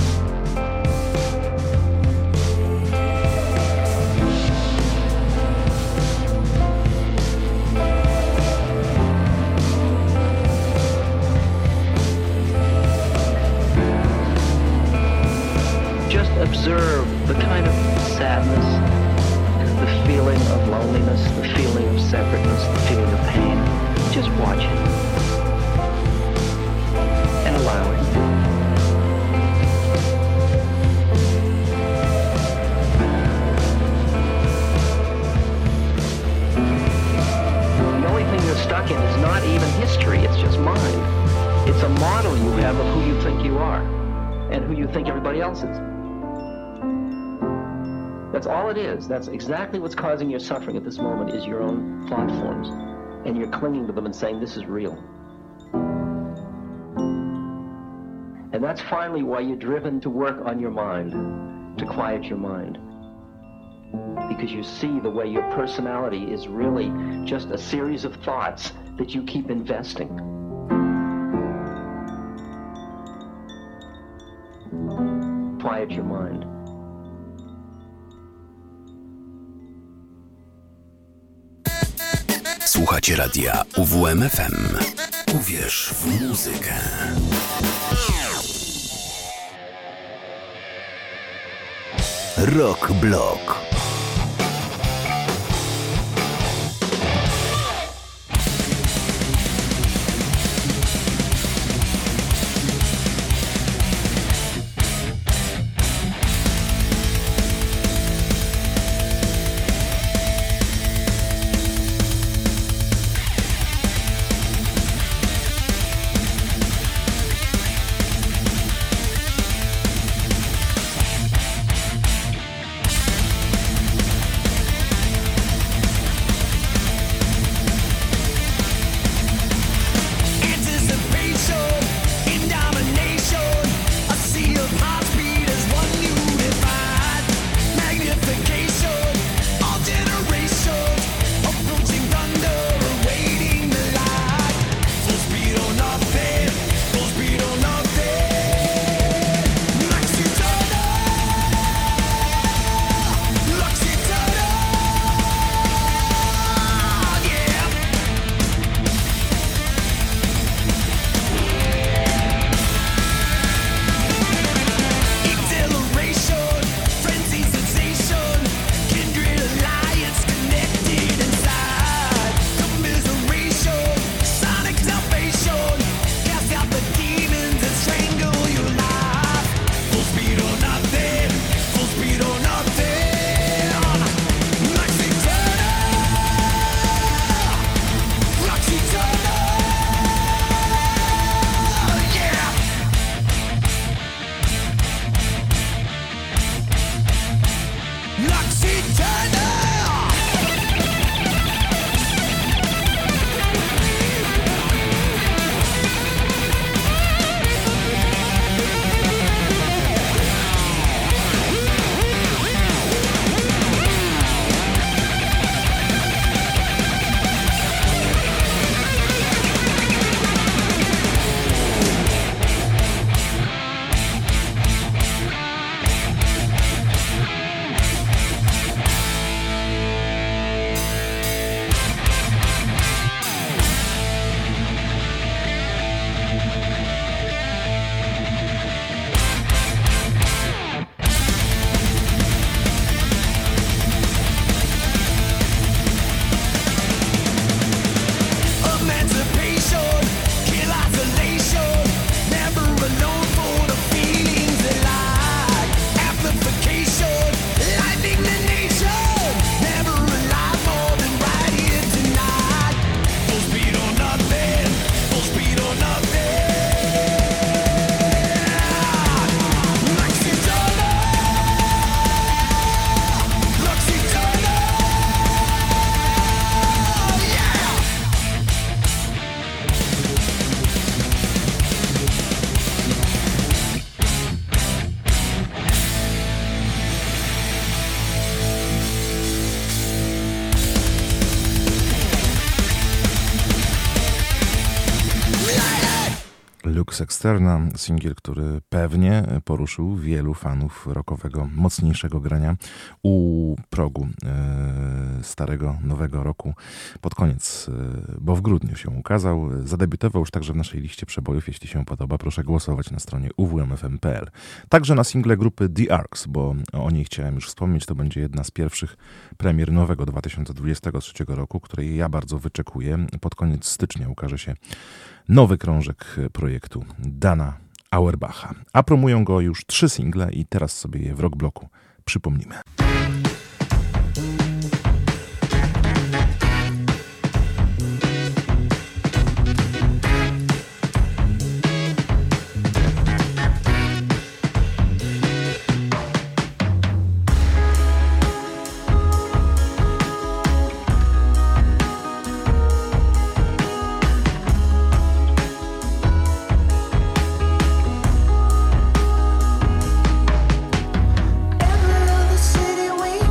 Observe the kind of sadness, the feeling of loneliness, the feeling of separateness, the feeling of pain. Just watch it and allow it. The only thing you're stuck in is not even history, it's just mind. It's a model you have of who you think you are and who you think everybody else is. That's all it is. That's exactly what's causing your suffering at this moment, is your own thought forms. And you're clinging to them and saying, this is real. And that's finally why you're driven to work on your mind, to quiet your mind. Because you see the way your personality is really just a series of thoughts that you keep investing. Quiet your mind. Słuchacie radia U W M F M. Uwierz w muzykę. Rock Block. Lux Externa, singiel, który pewnie poruszył wielu fanów rockowego, mocniejszego grania u progu e, starego, nowego roku pod koniec, e, bo w grudniu się ukazał. Zadebiutował już także w naszej liście przebojów. Jeśli się podoba, proszę głosować na stronie u w m f m kropka p l. Także na single grupy The Arcs, bo o niej chciałem już wspomnieć. To będzie jedna z pierwszych premier nowego dwa tysiące dwudziestego trzeciego roku, której ja bardzo wyczekuję. Pod koniec stycznia ukaże się nowy krążek projektu Dana Auerbacha. A promują go już trzy single i teraz sobie je w Rock Bloku przypomnimy. City we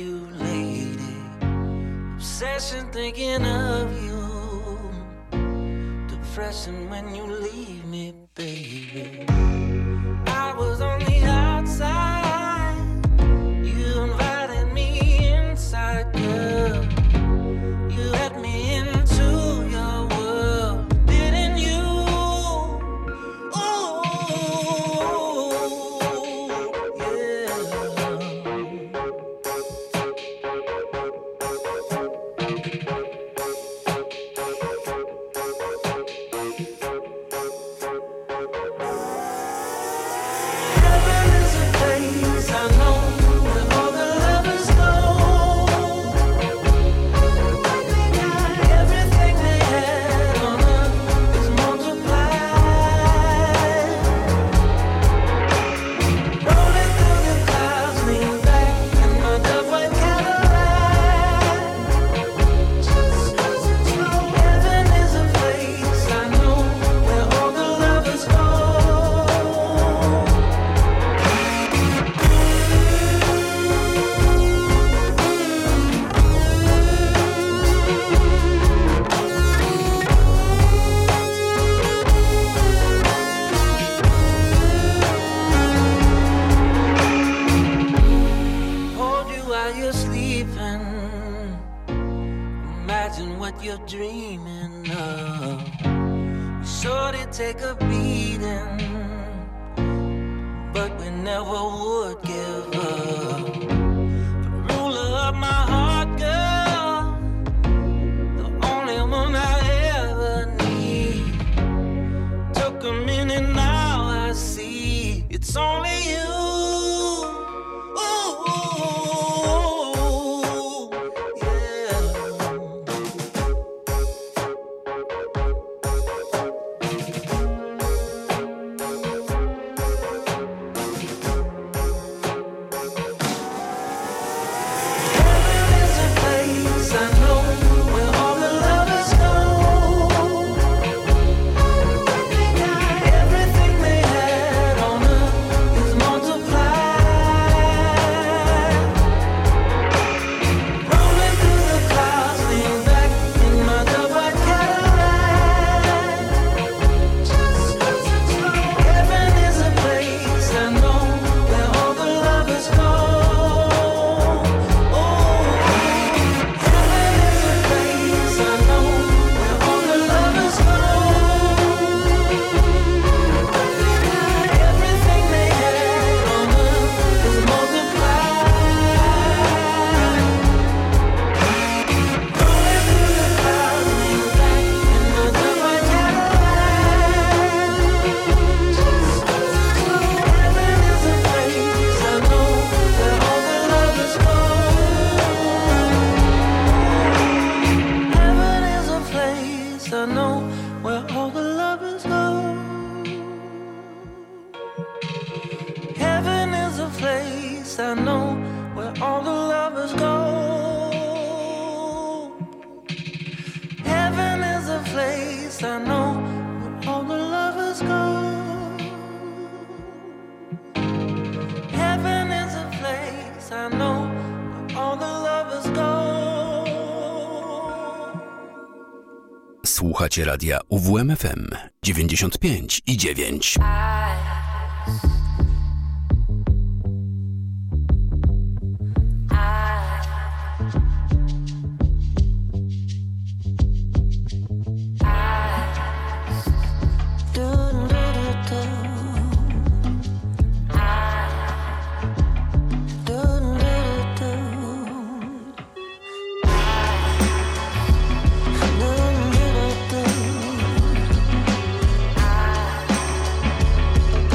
you, lady. Obsession thinking of you. Depression when you leave me, baby. I was on the outside. You invited me inside, girl. You let me into your world, didn't you? Ooh, yeah. Heaven is a place I know where all the lovers go. Everything they had on earth is multiplied. Rolling through the clouds, lean back in my dove-white Cadillac. Just as it's slow. Heaven is a place I know where all the lovers go. Hold you while you're sleeping. Imagine what you're dreaming of. Shorty, take a beating, but we never would give up. The ruler of my heart, girl, the only one I ever need. Took a minute, now I see it's only you. Ooh, yeah. Heaven is a place I know where all the lovers go. Everything they had on earth is multiplied. Rolling through the clouds, lean back in my dove-white Cadillac. Just as it's slow. Heaven is a place I know where all the lovers go. Oh, heaven is a place I know where all the lovers go. Everything they had on earth is multiplied. Rolling through the clouds, lean back in my dove-white Cadillac. Just as it's slow. Heaven is a place I know where all the lovers go. Heaven is a place I know where all the lovers go. Heaven is a place I know where all the lovers go. Heaven is a place I know where all the lovers go. Heaven is a place I know where all the lovers go. Słuchacie radia U W M F M dziewięćdziesiąt pięć i dziewięć. I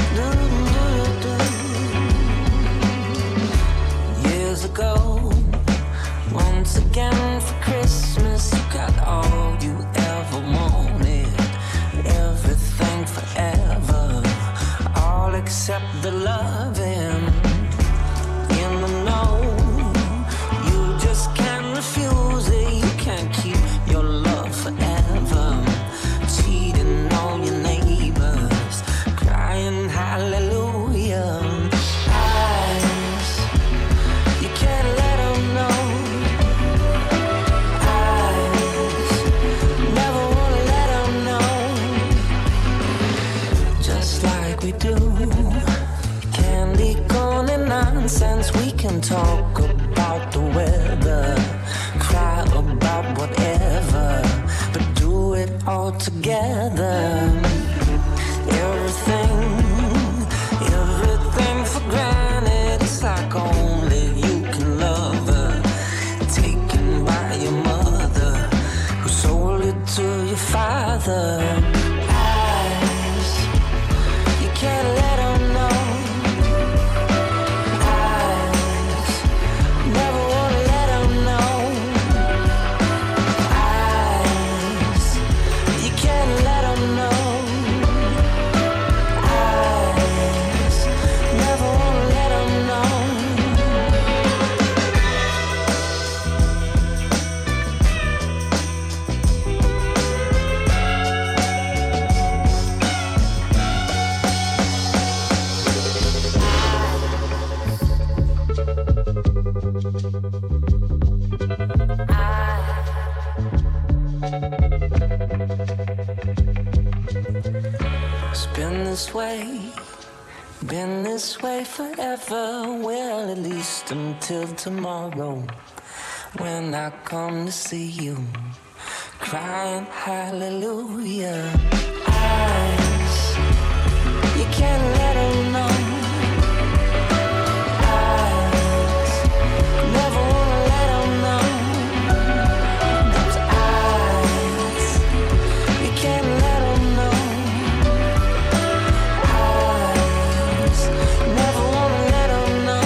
all together. Everything, everything for granted. It's like only you can love her. Taken by your mother, who sold it to your father. Eyes, you can't let them know. Eyes, never wanna let them know. Eyes, you can't let them know. Eyes, never wanna let them know. It's been this way, been this way forever. Well, at least until tomorrow, when I come to see you, crying hallelujah. Eyes, you can't let them know. Eyes, never wanna let them know. Those eyes, you can't let them know. Eyes, never wanna let them know.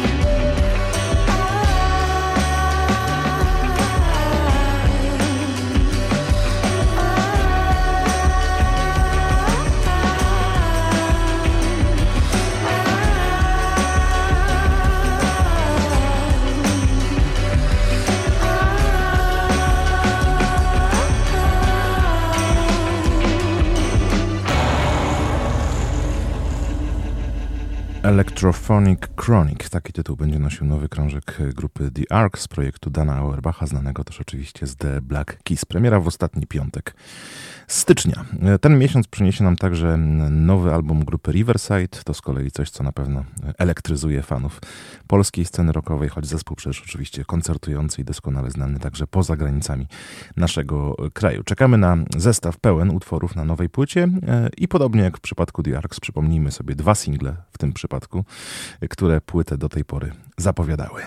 Electrophonic Chronic, taki tytuł będzie nosił nowy krążek grupy The Ark z projektu Dana Auerbacha, znanego też oczywiście z The Black Keys. Premiera w ostatni piątek stycznia. Ten miesiąc przyniesie nam także nowy album grupy Riverside, to z kolei coś, co na pewno elektryzuje fanów polskiej sceny rockowej, choć zespół przecież oczywiście koncertujący i doskonale znany także poza granicami naszego kraju. Czekamy na zestaw pełen utworów na nowej płycie i podobnie jak w przypadku The Arks, przypomnijmy sobie dwa single w tym przypadku, które płytę do tej pory zapowiadały.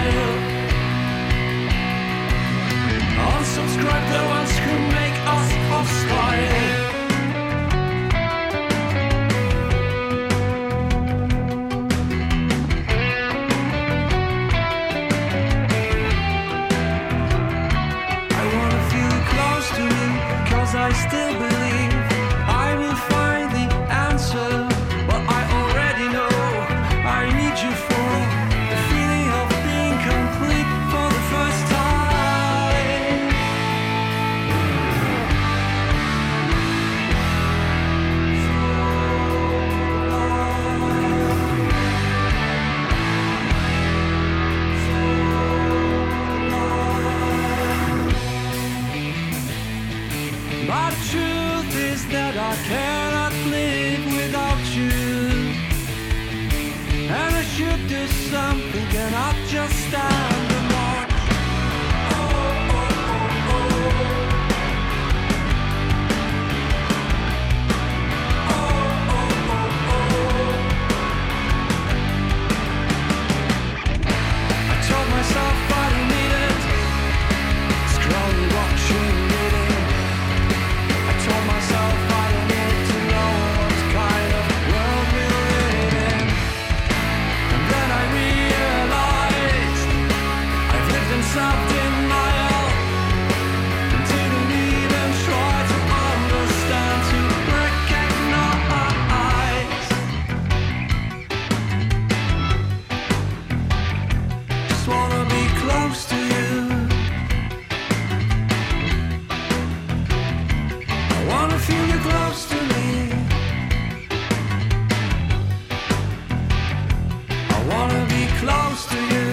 style. Unsubscribe the ones who make us hostile. I still believe I will find the answer, but I already know I need you for the feeling of being complete for the first time. But the truth is that I cannot live without you, and I should do something, cannot just stand and watch. Oh, oh, oh, oh. Oh, oh, oh, oh. I told myself I don't need it, scrolling, watching, reading. I told myself I don't need to know what kind of world we're living in. And then I realized I've lived in self-denial and didn't even try to understand, to recognize. Just wanna be close to you. I wanna feel you close to me. I wanna be close to you.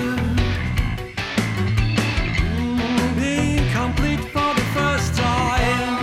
Mm, being complete for the first time.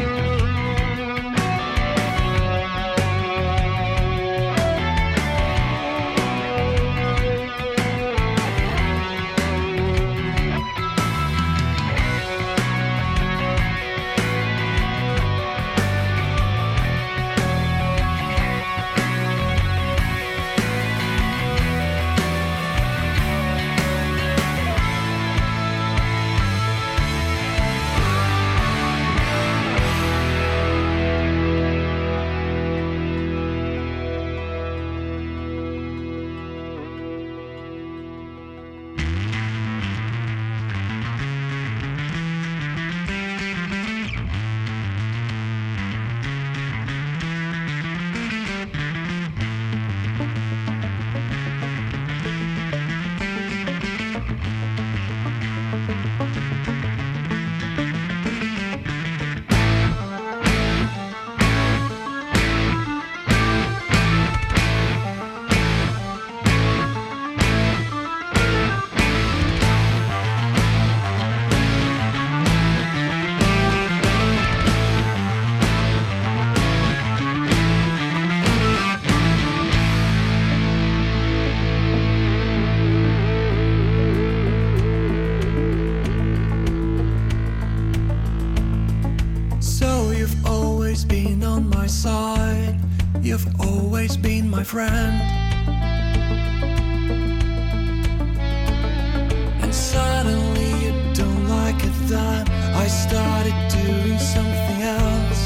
You've always been my friend, and suddenly you don't like it that I started doing something else.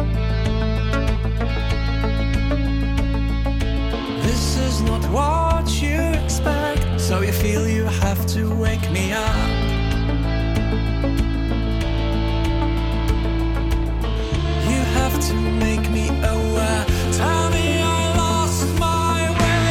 This is not what you expect, so you feel you have to wake me up. You have to make me aware. Tell me I lost my way.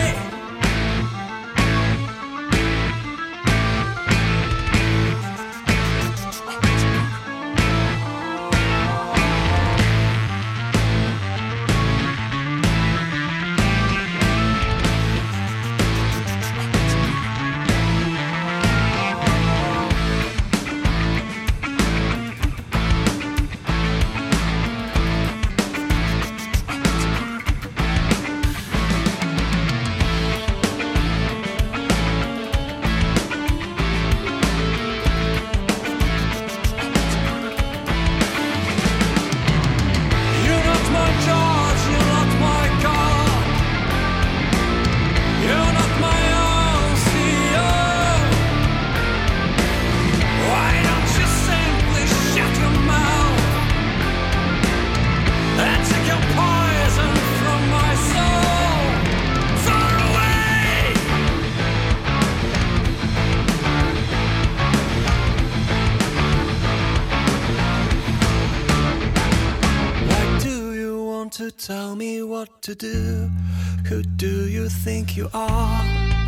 tell me what to do. Who do you think you are?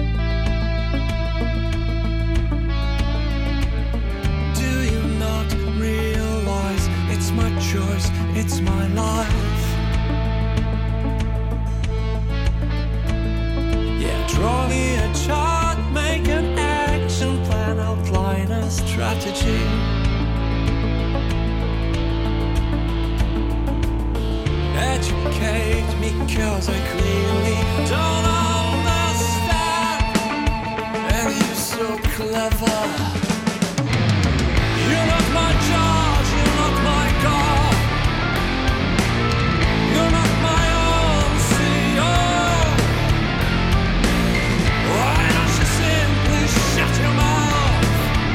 Do you not realize it's my choice, it's my life? Yeah, draw me a chart, make an action plan, outline a strategy. Educate me, cause I clearly don't understand. And you're so clever. You're not my judge, you're not my God. You're not my own C E O. Why don't you simply shut your mouth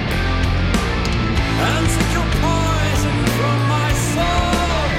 and take your poison from my soul?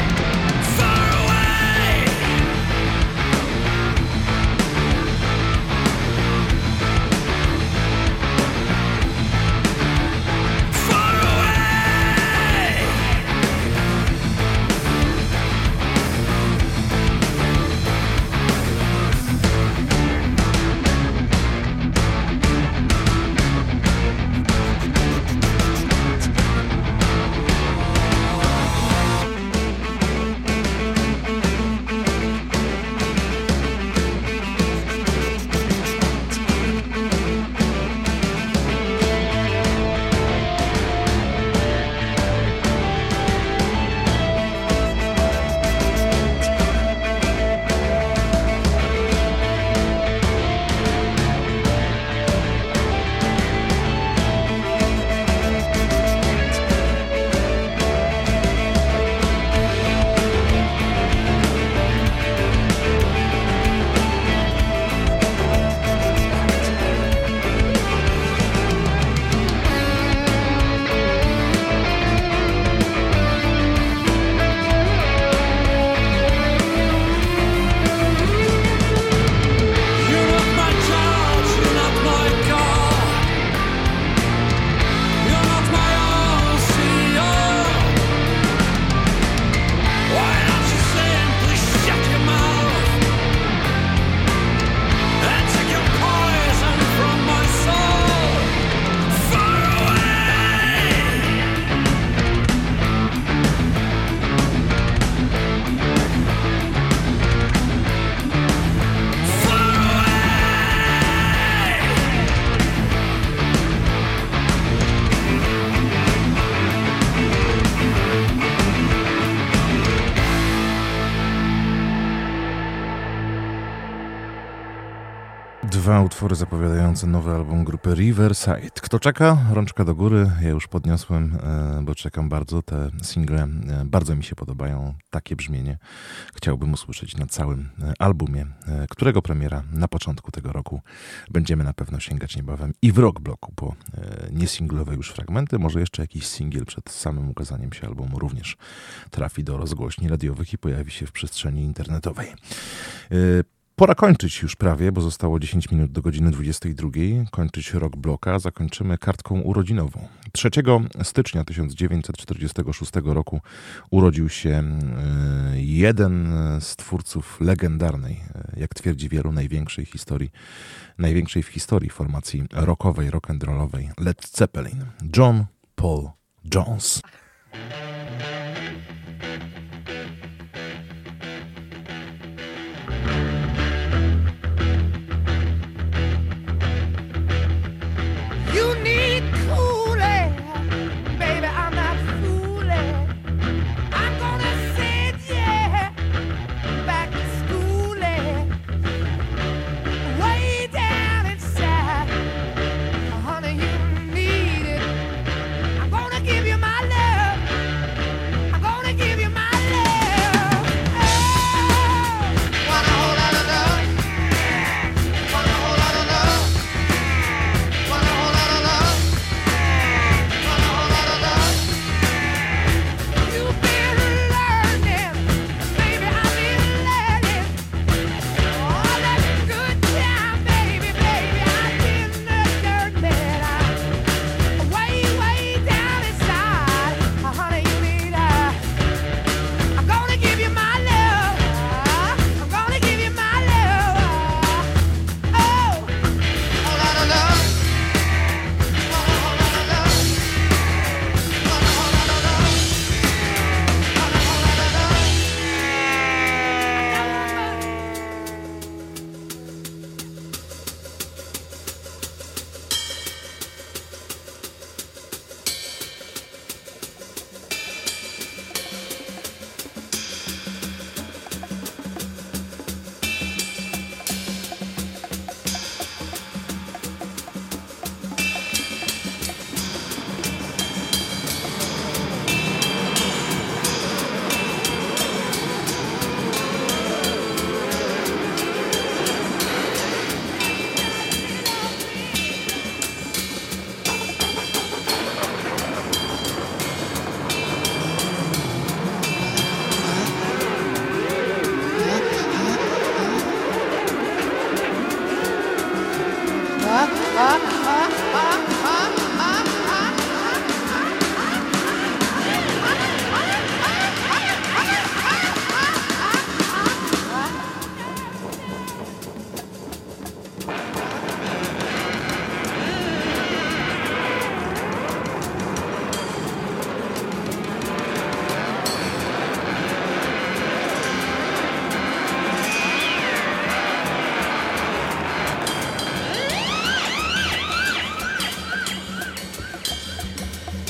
Dwa utwory zapowiadające nowy album grupy Riverside. Kto czeka? Rączka do góry. Ja już podniosłem, bo czekam bardzo. Te single bardzo mi się podobają. Takie brzmienie chciałbym usłyszeć na całym albumie, którego premiera na początku tego roku będziemy na pewno sięgać niebawem i w rock bloku, bo nie singlowe już fragmenty, może jeszcze jakiś singiel przed samym ukazaniem się albumu również trafi do rozgłośni radiowych i pojawi się w przestrzeni internetowej. Pora kończyć już prawie, bo zostało dziesięć minut do godziny dwudziestej drugiej. Kończyć rock bloka. Zakończymy kartką urodzinową. trzeciego stycznia tysiąc dziewięćset czterdziestego szóstego roku urodził się jeden z twórców legendarnej, jak twierdzi wielu, największej historii, największej w historii formacji rockowej, rock'n'rollowej Led Zeppelin. John Paul Jones. Honey, you need it. I'm gonna give you my love.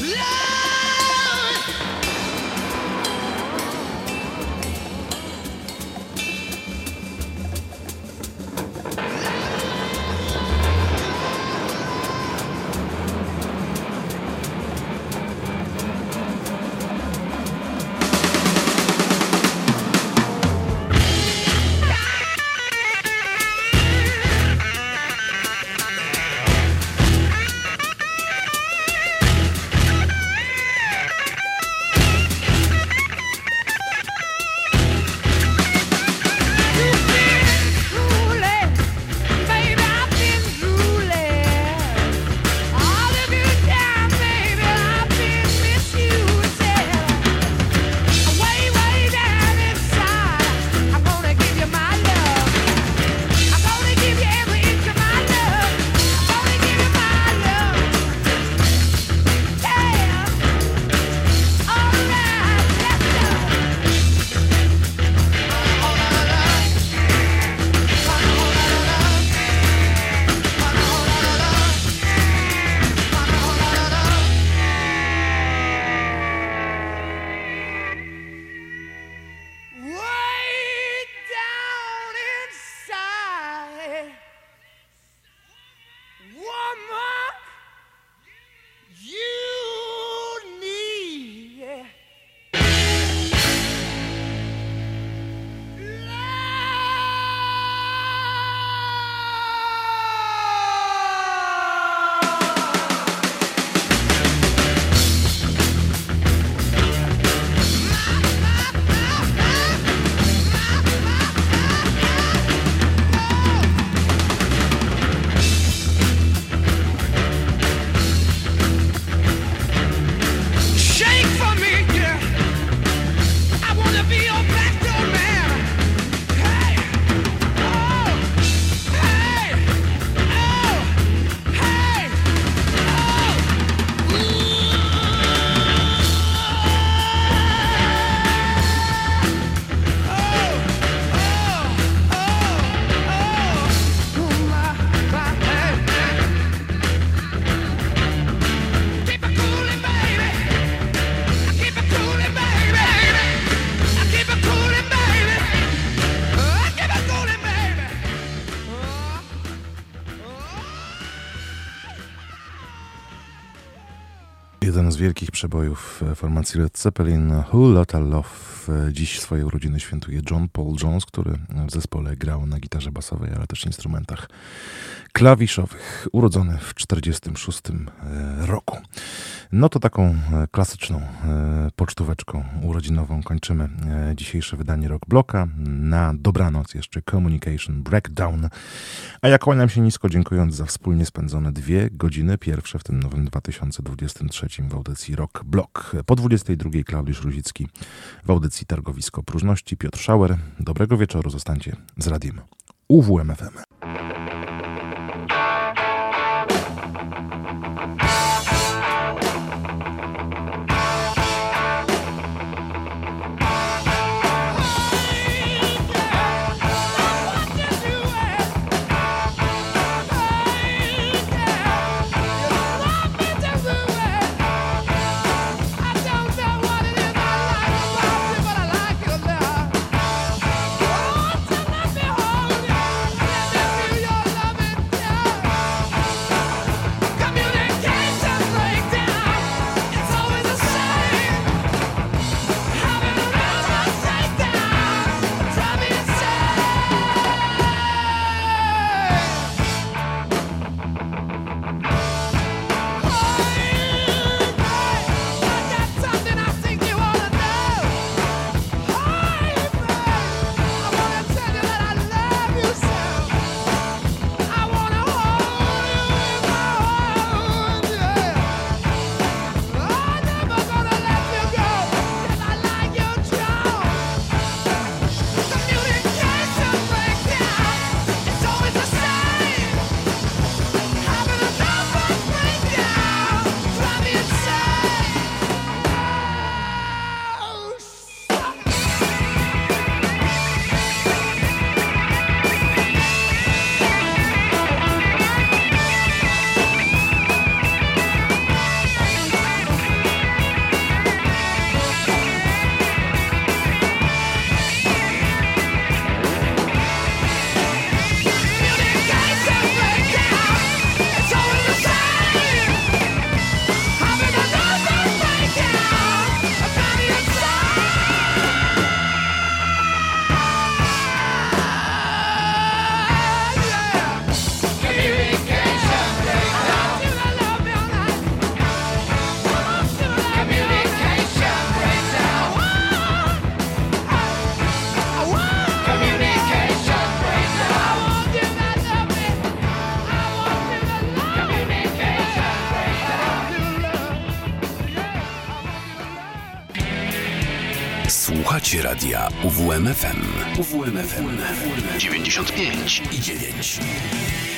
Jeden z wielkich przebojów formacji Led Zeppelin, Who Lotta Love. Dziś swoje urodziny świętuje John Paul Jones, który w zespole grał na gitarze basowej, ale też instrumentach klawiszowych. Urodzony w czterdziestym szóstym roku. No to taką klasyczną pocztóweczką urodzinową kończymy dzisiejsze wydanie Rock Blocka. Na dobranoc jeszcze Communication Breakdown. A ja kłaniam się nisko, dziękując za wspólnie spędzone dwie godziny, pierwsze w tym nowym dwa tysiące dwudziestym trzecim w audycji Rock Block. Po dwudziestej drugiej Klaudiusz Ruzicki w audycji Targowisko Próżności. Piotr Schauer. Dobrego wieczoru, zostańcie z radiem U W M F M. Feel Słuchacie radia U W M F M. U W M F M dziewięćdziesiąt pięć i dziewięć.